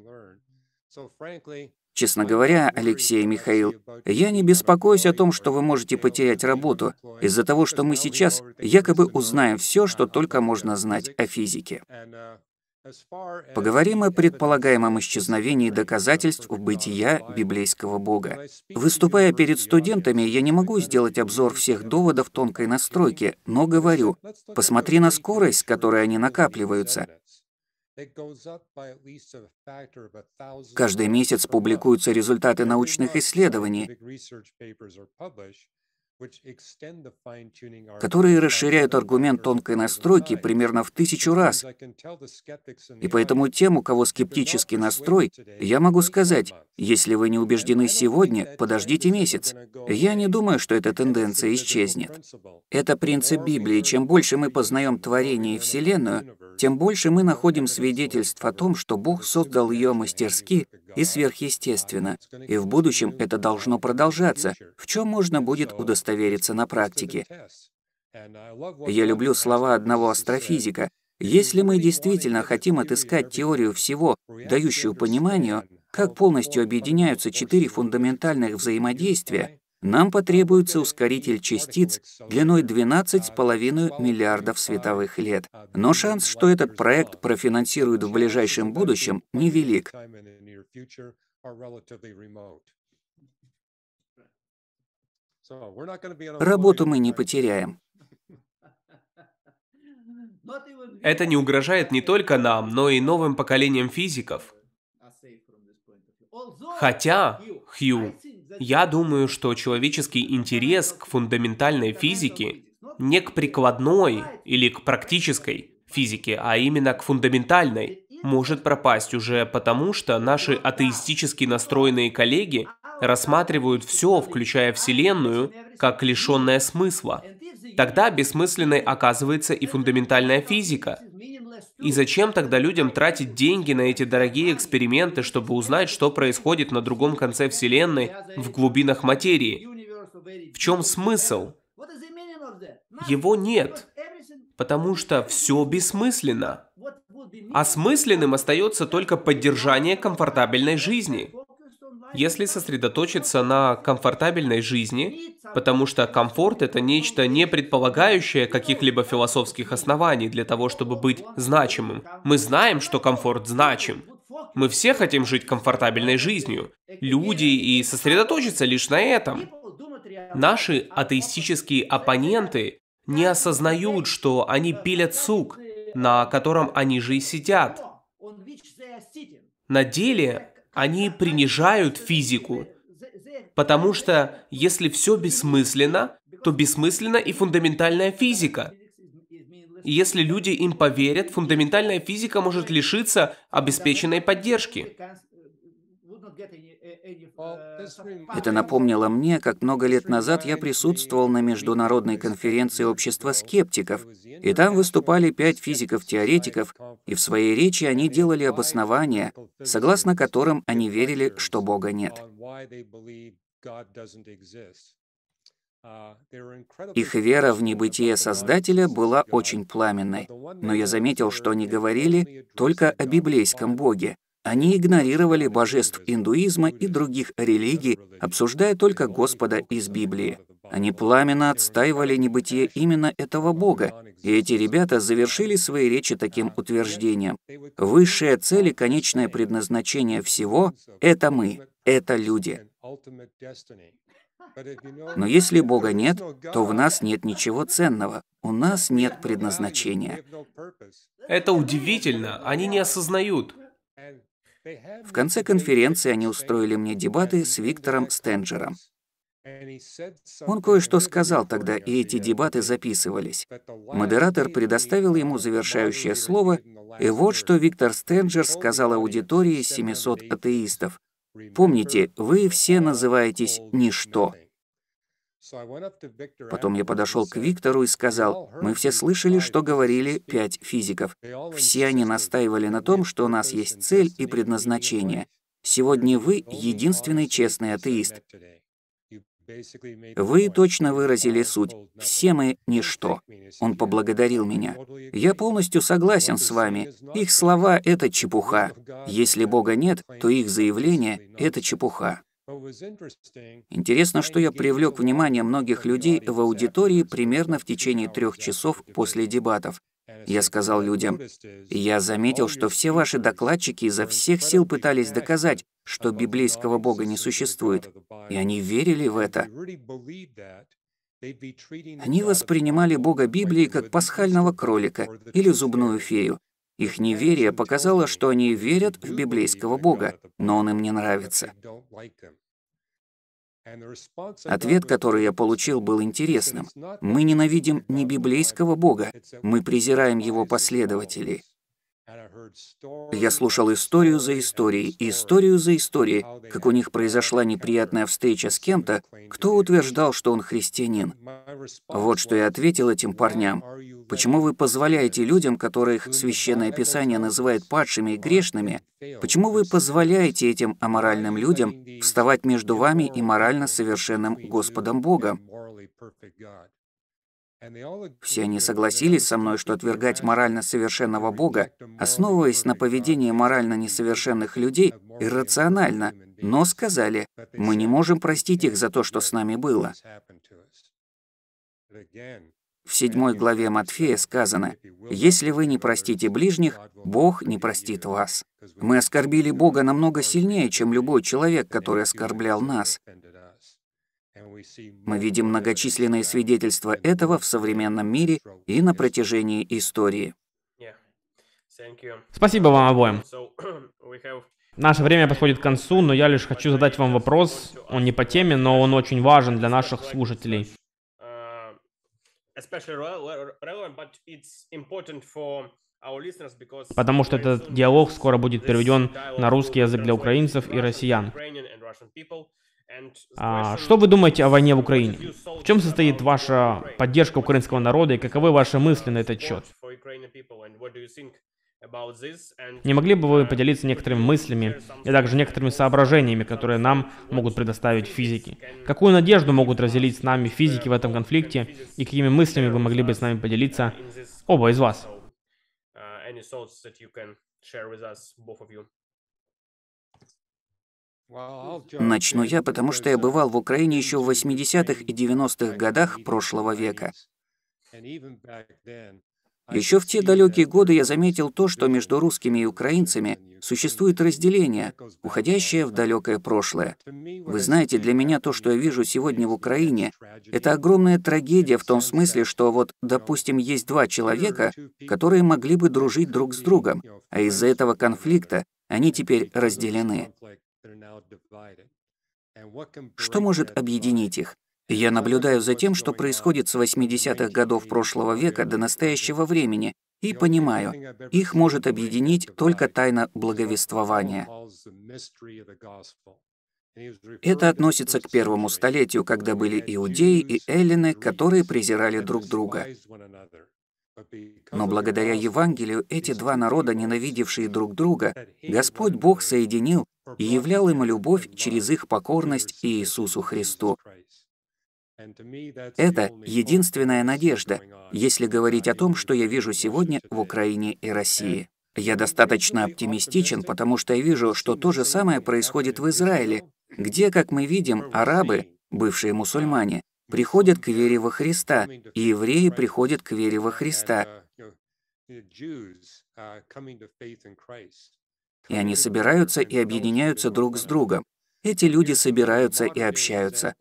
Честно говоря, Алексей и Михаил, я не беспокоюсь о том, что вы можете потерять работу, из-за того, что мы сейчас якобы узнаем все, что только можно знать о физике. Поговорим о предполагаемом исчезновении доказательств бытия библейского Бога. Выступая перед студентами, я не могу сделать обзор всех доводов тонкой настройки, но говорю: посмотри на скорость, с которой они накапливаются. Каждый месяц публикуются результаты научных исследований, которые расширяют аргумент тонкой настройки примерно в тысячу раз. И поэтому тем, у кого скептический настрой, я могу сказать: если вы не убеждены сегодня, подождите месяц. Я не думаю, что эта тенденция исчезнет. Это принцип Библии. Чем больше мы познаем творение и Вселенную, тем больше мы находим свидетельств о том, что Бог создал ее мастерски и сверхъестественно. И в будущем это должно продолжаться, в чем можно будет удостовериться на практике. Я люблю слова одного астрофизика. Если мы действительно хотим отыскать теорию всего, дающую пониманию, как полностью объединяются четыре фундаментальных взаимодействия, нам потребуется ускоритель частиц длиной двенадцать с половиной миллиардов световых лет. Но шанс, что этот проект профинансируют в ближайшем будущем, невелик. Работу мы не потеряем. Это не угрожает не только нам, но и новым поколениям физиков. Хотя, Хью, я думаю, что человеческий интерес к фундаментальной физике не к прикладной или к практической физике, а именно к фундаментальной, может пропасть уже потому, что наши атеистически настроенные коллеги рассматривают все, включая Вселенную, как лишенное смысла. Тогда бессмысленной оказывается и фундаментальная физика. И зачем тогда людям тратить деньги на эти дорогие эксперименты, чтобы узнать, что происходит на другом конце Вселенной, в глубинах материи? В чем смысл? Его нет, потому что все бессмысленно. Осмысленным остается только поддержание комфортабельной жизни. Если сосредоточиться на комфортабельной жизни, потому что комфорт — это нечто, не предполагающее каких-либо философских оснований для того, чтобы быть значимым. Мы знаем, что комфорт значим. Мы все хотим жить комфортабельной жизнью. Люди и сосредоточиться лишь на этом. Наши атеистические оппоненты не осознают, что они пилят сук, на котором они же и сидят. На деле они принижают физику, потому что если все бессмысленно, то бессмысленна и фундаментальная физика. И если люди им поверят, фундаментальная физика может лишиться обеспеченной поддержки. Это напомнило мне, как много лет назад я присутствовал на международной конференции общества скептиков, и там выступали пять физиков-теоретиков, и в своей речи они делали обоснования, согласно которым они верили, что Бога нет. Их вера в небытие Создателя была очень пламенной, но я заметил, что они говорили только о библейском Боге. Они игнорировали божеств индуизма и других религий, обсуждая только Господа из Библии. Они пламенно отстаивали небытие именно этого Бога, и эти ребята завершили свои речи таким утверждением. Высшая цель и конечное предназначение всего — это мы, это люди. Но если Бога нет, то в нас нет ничего ценного, у нас нет предназначения. Это удивительно, они не осознают. В конце конференции они устроили мне дебаты с Виктором Стенджером. Он кое-что сказал тогда, и эти дебаты записывались. Модератор предоставил ему завершающее слово, и вот что Виктор Стенджер сказал аудитории из семисот атеистов. «Помните, вы все называетесь ничто». Потом я подошел к Виктору и сказал, мы все слышали, что говорили пять физиков. Все они настаивали на том, что у нас есть цель и предназначение. Сегодня вы единственный честный атеист. Вы точно выразили суть. Все мы ничто. Он поблагодарил меня. Я полностью согласен с вами. Их слова — это чепуха. Если Бога нет, то их заявление — это чепуха. Интересно, что я привлек внимание многих людей в аудитории примерно в течение трех часов после дебатов. Я сказал людям, я заметил, что все ваши докладчики изо всех сил пытались доказать, что библейского Бога не существует, и они верили в это. Они воспринимали Бога Библии как пасхального кролика или зубную фею. Их неверие показало, что они верят в библейского Бога, но он им не нравится. Ответ, который я получил, был интересным. Мы ненавидим не библейского Бога, мы презираем его последователей. Я слушал историю за историей, историю за историей, как у них произошла неприятная встреча с кем-то, кто утверждал, что он христианин. Вот что я ответил этим парням. Почему вы позволяете людям, которых Священное Писание называет падшими и грешными, почему вы позволяете этим аморальным людям вставать между вами и морально совершенным Господом Богом? Все они согласились со мной, что отвергать морально совершенного Бога, основываясь на поведении морально несовершенных людей, иррационально, но сказали, мы не можем простить их за то, что с нами было. В седьмой главе Матфея сказано, «Если вы не простите ближних, Бог не простит вас». Мы оскорбили Бога намного сильнее, чем любой человек, который оскорблял нас. Мы видим многочисленные свидетельства этого в современном мире и на протяжении истории. Спасибо вам обоим. Наше время подходит к концу, но я лишь хочу задать вам вопрос. Он не по теме, но он очень важен для наших слушателей. Потому что этот диалог скоро будет переведен на русский язык для украинцев и россиян. А, что вы думаете о войне в Украине? В чем состоит ваша поддержка украинского народа и каковы ваши мысли на этот счет? Не могли бы вы поделиться некоторыми мыслями и также некоторыми соображениями, которые нам могут предоставить физики? Какую надежду могут разделить с нами физики в этом конфликте и какими мыслями вы могли бы с нами поделиться, оба из вас? Начну я, потому что я бывал в Украине еще в восьмидесятых и девяностых годах прошлого века. Еще в те далекие годы я заметил то, что между русскими и украинцами существует разделение, уходящее в далекое прошлое. Вы знаете, для меня то, что я вижу сегодня в Украине, это огромная трагедия в том смысле, что вот, допустим, есть два человека, которые могли бы дружить друг с другом, а из-за этого конфликта Они теперь разделены. Что может объединить их? Я наблюдаю за тем, что происходит с восьмидесятых годов прошлого века до настоящего времени, и понимаю, их может объединить только тайна благовествования. Это относится к первому столетию, когда были иудеи и эллины, которые презирали друг друга. Но благодаря Евангелию эти два народа, ненавидевшие друг друга, Господь Бог соединил и являл им любовь через их покорность Иисусу Христу. Это единственная надежда, если говорить о том, что я вижу сегодня в Украине и России. Я достаточно оптимистичен, потому что я вижу, что то же самое происходит в Израиле, где, как мы видим, арабы, бывшие мусульмане, приходят к вере во Христа, и евреи приходят к вере во Христа. И они собираются и объединяются друг с другом. Эти люди собираются и общаются.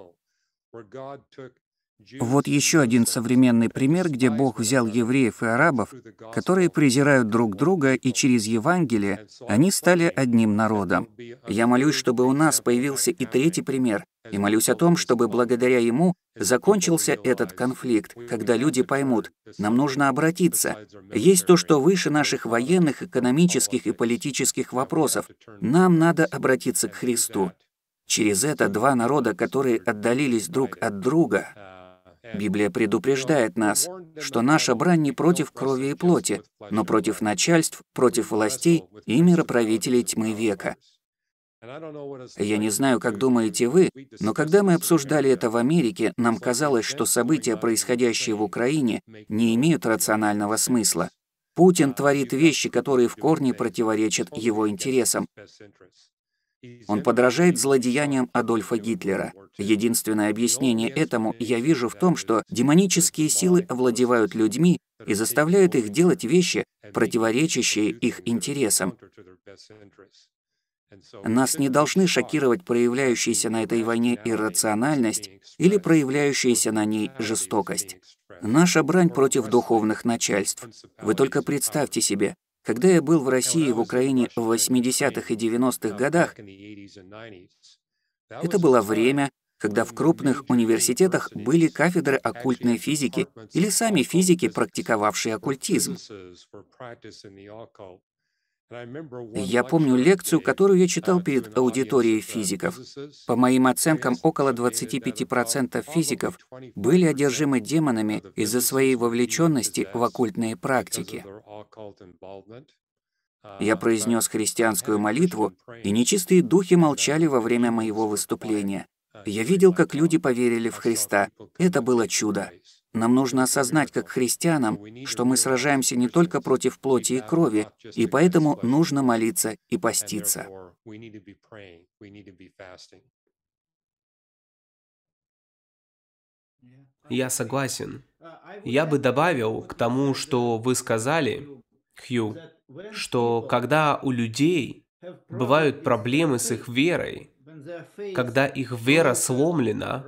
Вот еще один современный пример, где Бог взял евреев и арабов, которые презирают друг друга, и через Евангелие они стали одним народом. Я молюсь, чтобы у нас появился и третий пример, и молюсь о том, чтобы благодаря ему закончился этот конфликт, когда люди поймут, нам нужно обратиться. Есть то, что выше наших военных, экономических и политических вопросов. Нам надо обратиться к Христу. Через это два народа, которые отдалились друг от друга, Библия предупреждает нас, что наша брань не против крови и плоти, но против начальств, против властей и мироправителей тьмы века. Я не знаю, как думаете вы, но когда мы обсуждали это в Америке, нам казалось, что события, происходящие в Украине, не имеют рационального смысла. Путин творит вещи, которые в корне противоречат его интересам. Он подражает злодеяниям Адольфа Гитлера. Единственное объяснение этому я вижу в том, что демонические силы овладевают людьми и заставляют их делать вещи, противоречащие их интересам. Нас не должны шокировать проявляющаяся на этой войне иррациональность или проявляющаяся на ней жестокость. Наша брань против духовных начальств. Вы только представьте себе, когда я был в России и в Украине в восьмидесятых и девяностых годах, это было время, когда в крупных университетах были кафедры оккультной физики или сами физики, практиковавшие оккультизм. Я помню лекцию, которую я читал перед аудиторией физиков. По моим оценкам, около двадцати пяти процентов физиков были одержимы демонами из-за своей вовлеченности в оккультные практики. Я произнес христианскую молитву, и нечистые духи молчали во время моего выступления. Я видел, как люди поверили в Христа. Это было чудо. Нам нужно осознать, как христианам, что мы сражаемся не только против плоти и крови, и поэтому нужно молиться и поститься. Я согласен. Я бы добавил к тому, что вы сказали, Хью, что когда у людей бывают проблемы с их верой, когда их вера сломлена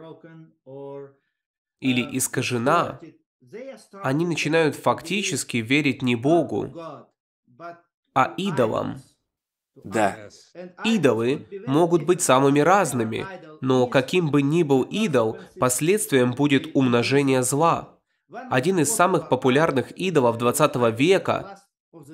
или искажена, они начинают фактически верить не Богу, а идолам. Да. Идолы могут быть самыми разными, но каким бы ни был идол, последствием будет умножение зла. Один из самых популярных идолов двадцатого века,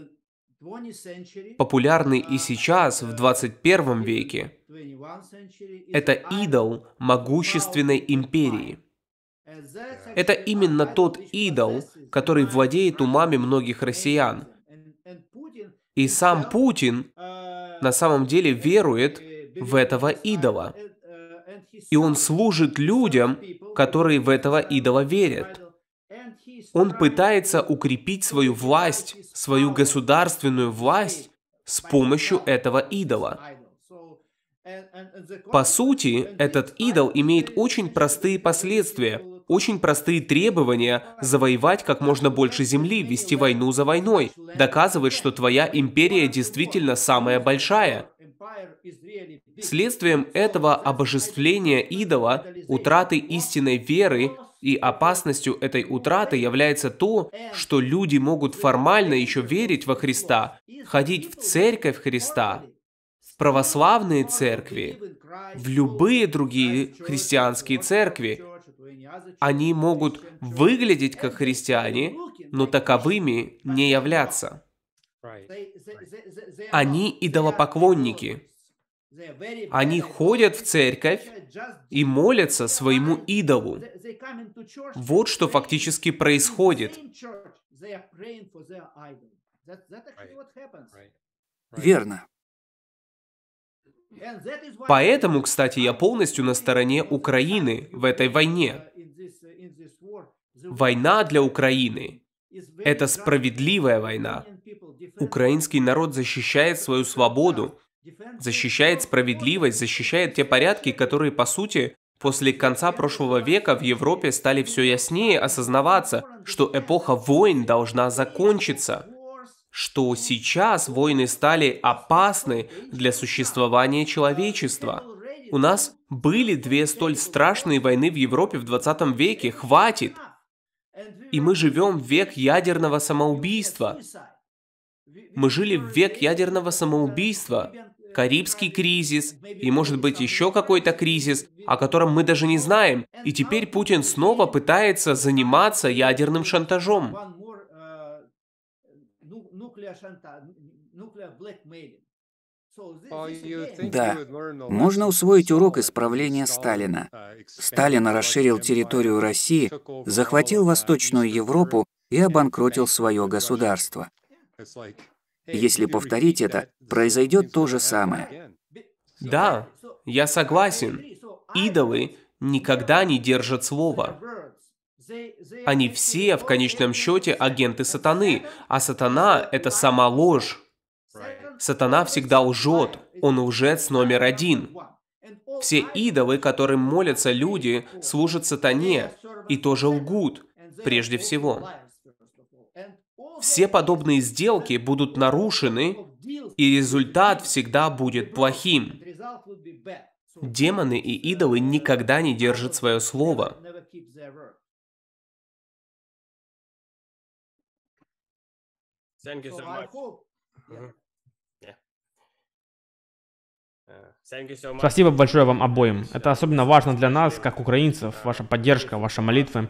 популярный и сейчас, в двадцать первом веке, это идол могущественной империи. Это именно тот идол, который владеет умами многих россиян. И сам Путин на самом деле верует в этого идола. И он служит людям, которые в этого идола верят. Он пытается укрепить свою власть, свою государственную власть с помощью этого идола. По сути, этот идол имеет очень простые последствия, очень простые требования завоевать как можно больше земли, вести войну за войной, доказывать, что твоя империя действительно самая большая. Следствием этого обожествления идола, утраты истинной веры и опасностью этой утраты является то, что люди могут формально еще верить во Христа, ходить в церковь Христа, православные церкви, в любые другие христианские церкви. Они могут выглядеть как христиане, но таковыми не являться. Они идолопоклонники. Они ходят в церковь и молятся своему идолу. Вот что фактически происходит. Верно. Поэтому, кстати, я полностью на стороне Украины в этой войне. Война для Украины – это справедливая война. Украинский народ защищает свою свободу, защищает справедливость, защищает те порядки, которые, по сути, после конца прошлого века в Европе стали все яснее осознаваться, что эпоха войн должна закончиться, что сейчас войны стали опасны для существования человечества. У нас были две столь страшные войны в Европе в двадцатом веке, хватит! И мы живем в век ядерного самоубийства. Мы жили в век ядерного самоубийства. Карибский кризис, и может быть еще какой-то кризис, о котором мы даже не знаем. И теперь Путин снова пытается заниматься ядерным шантажом. Да, можно усвоить урок из правления Сталина. Сталин расширил территорию России, захватил Восточную Европу и обанкротил свое государство. Если повторить это, произойдет то же самое. Да, я согласен. Идолы никогда не держат слова. Они все, в конечном счете, агенты сатаны, а сатана — это сама ложь. Сатана всегда лжет, он лжец номер один. Все идолы, которым молятся люди, служат сатане и тоже лгут, прежде всего. Все подобные сделки будут нарушены, и результат всегда будет плохим. Демоны и идолы никогда не держат свое слово. Спасибо большое вам обоим. Это особенно важно для нас, как украинцев, ваша поддержка, ваши молитвы.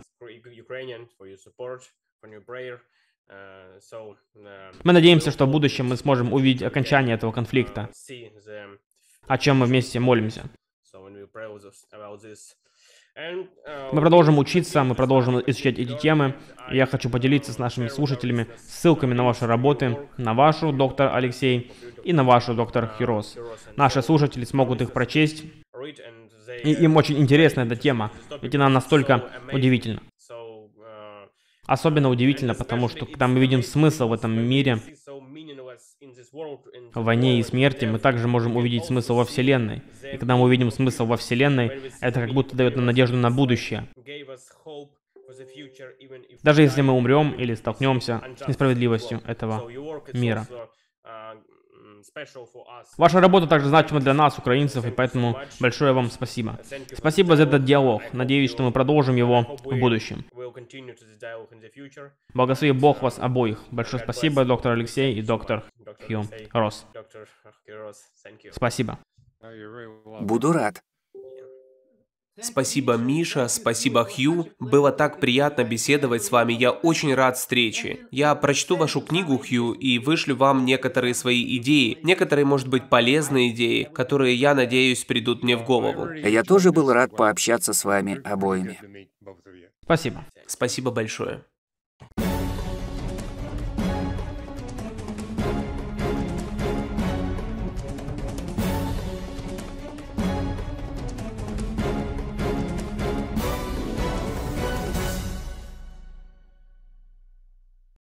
Мы надеемся, что в будущем мы сможем увидеть окончание этого конфликта, о чем мы вместе молимся. Мы продолжим учиться, мы продолжим изучать эти темы. Я хочу поделиться с нашими слушателями ссылками на ваши работы, на вашу, доктор Алексей, и на вашу, доктор Хирос. Наши слушатели смогут их прочесть, и им очень интересна эта тема, ведь она настолько удивительна. Особенно удивительно, потому что когда мы видим смысл в этом мире, в войне и смерти, мы также можем увидеть смысл во Вселенной. И когда мы увидим смысл во Вселенной, это как будто дает нам надежду на будущее. Даже если мы умрем или столкнемся с несправедливостью этого мира. Ваша работа также значима для нас, украинцев, и поэтому большое вам спасибо. Спасибо за этот диалог. Надеюсь, что мы продолжим его в будущем. Благослови Бог вас обоих. Большое спасибо, доктор Алексей и доктор Хью Рос. Спасибо. Буду рад. Спасибо, Миша, спасибо, Хью. Было так приятно беседовать с вами, я очень рад встрече. Я прочту вашу книгу, Хью, и вышлю вам некоторые свои идеи, некоторые, может быть, полезные идеи, которые, я надеюсь, придут мне в голову. Я тоже был рад пообщаться с вами обоими. Спасибо. Спасибо большое.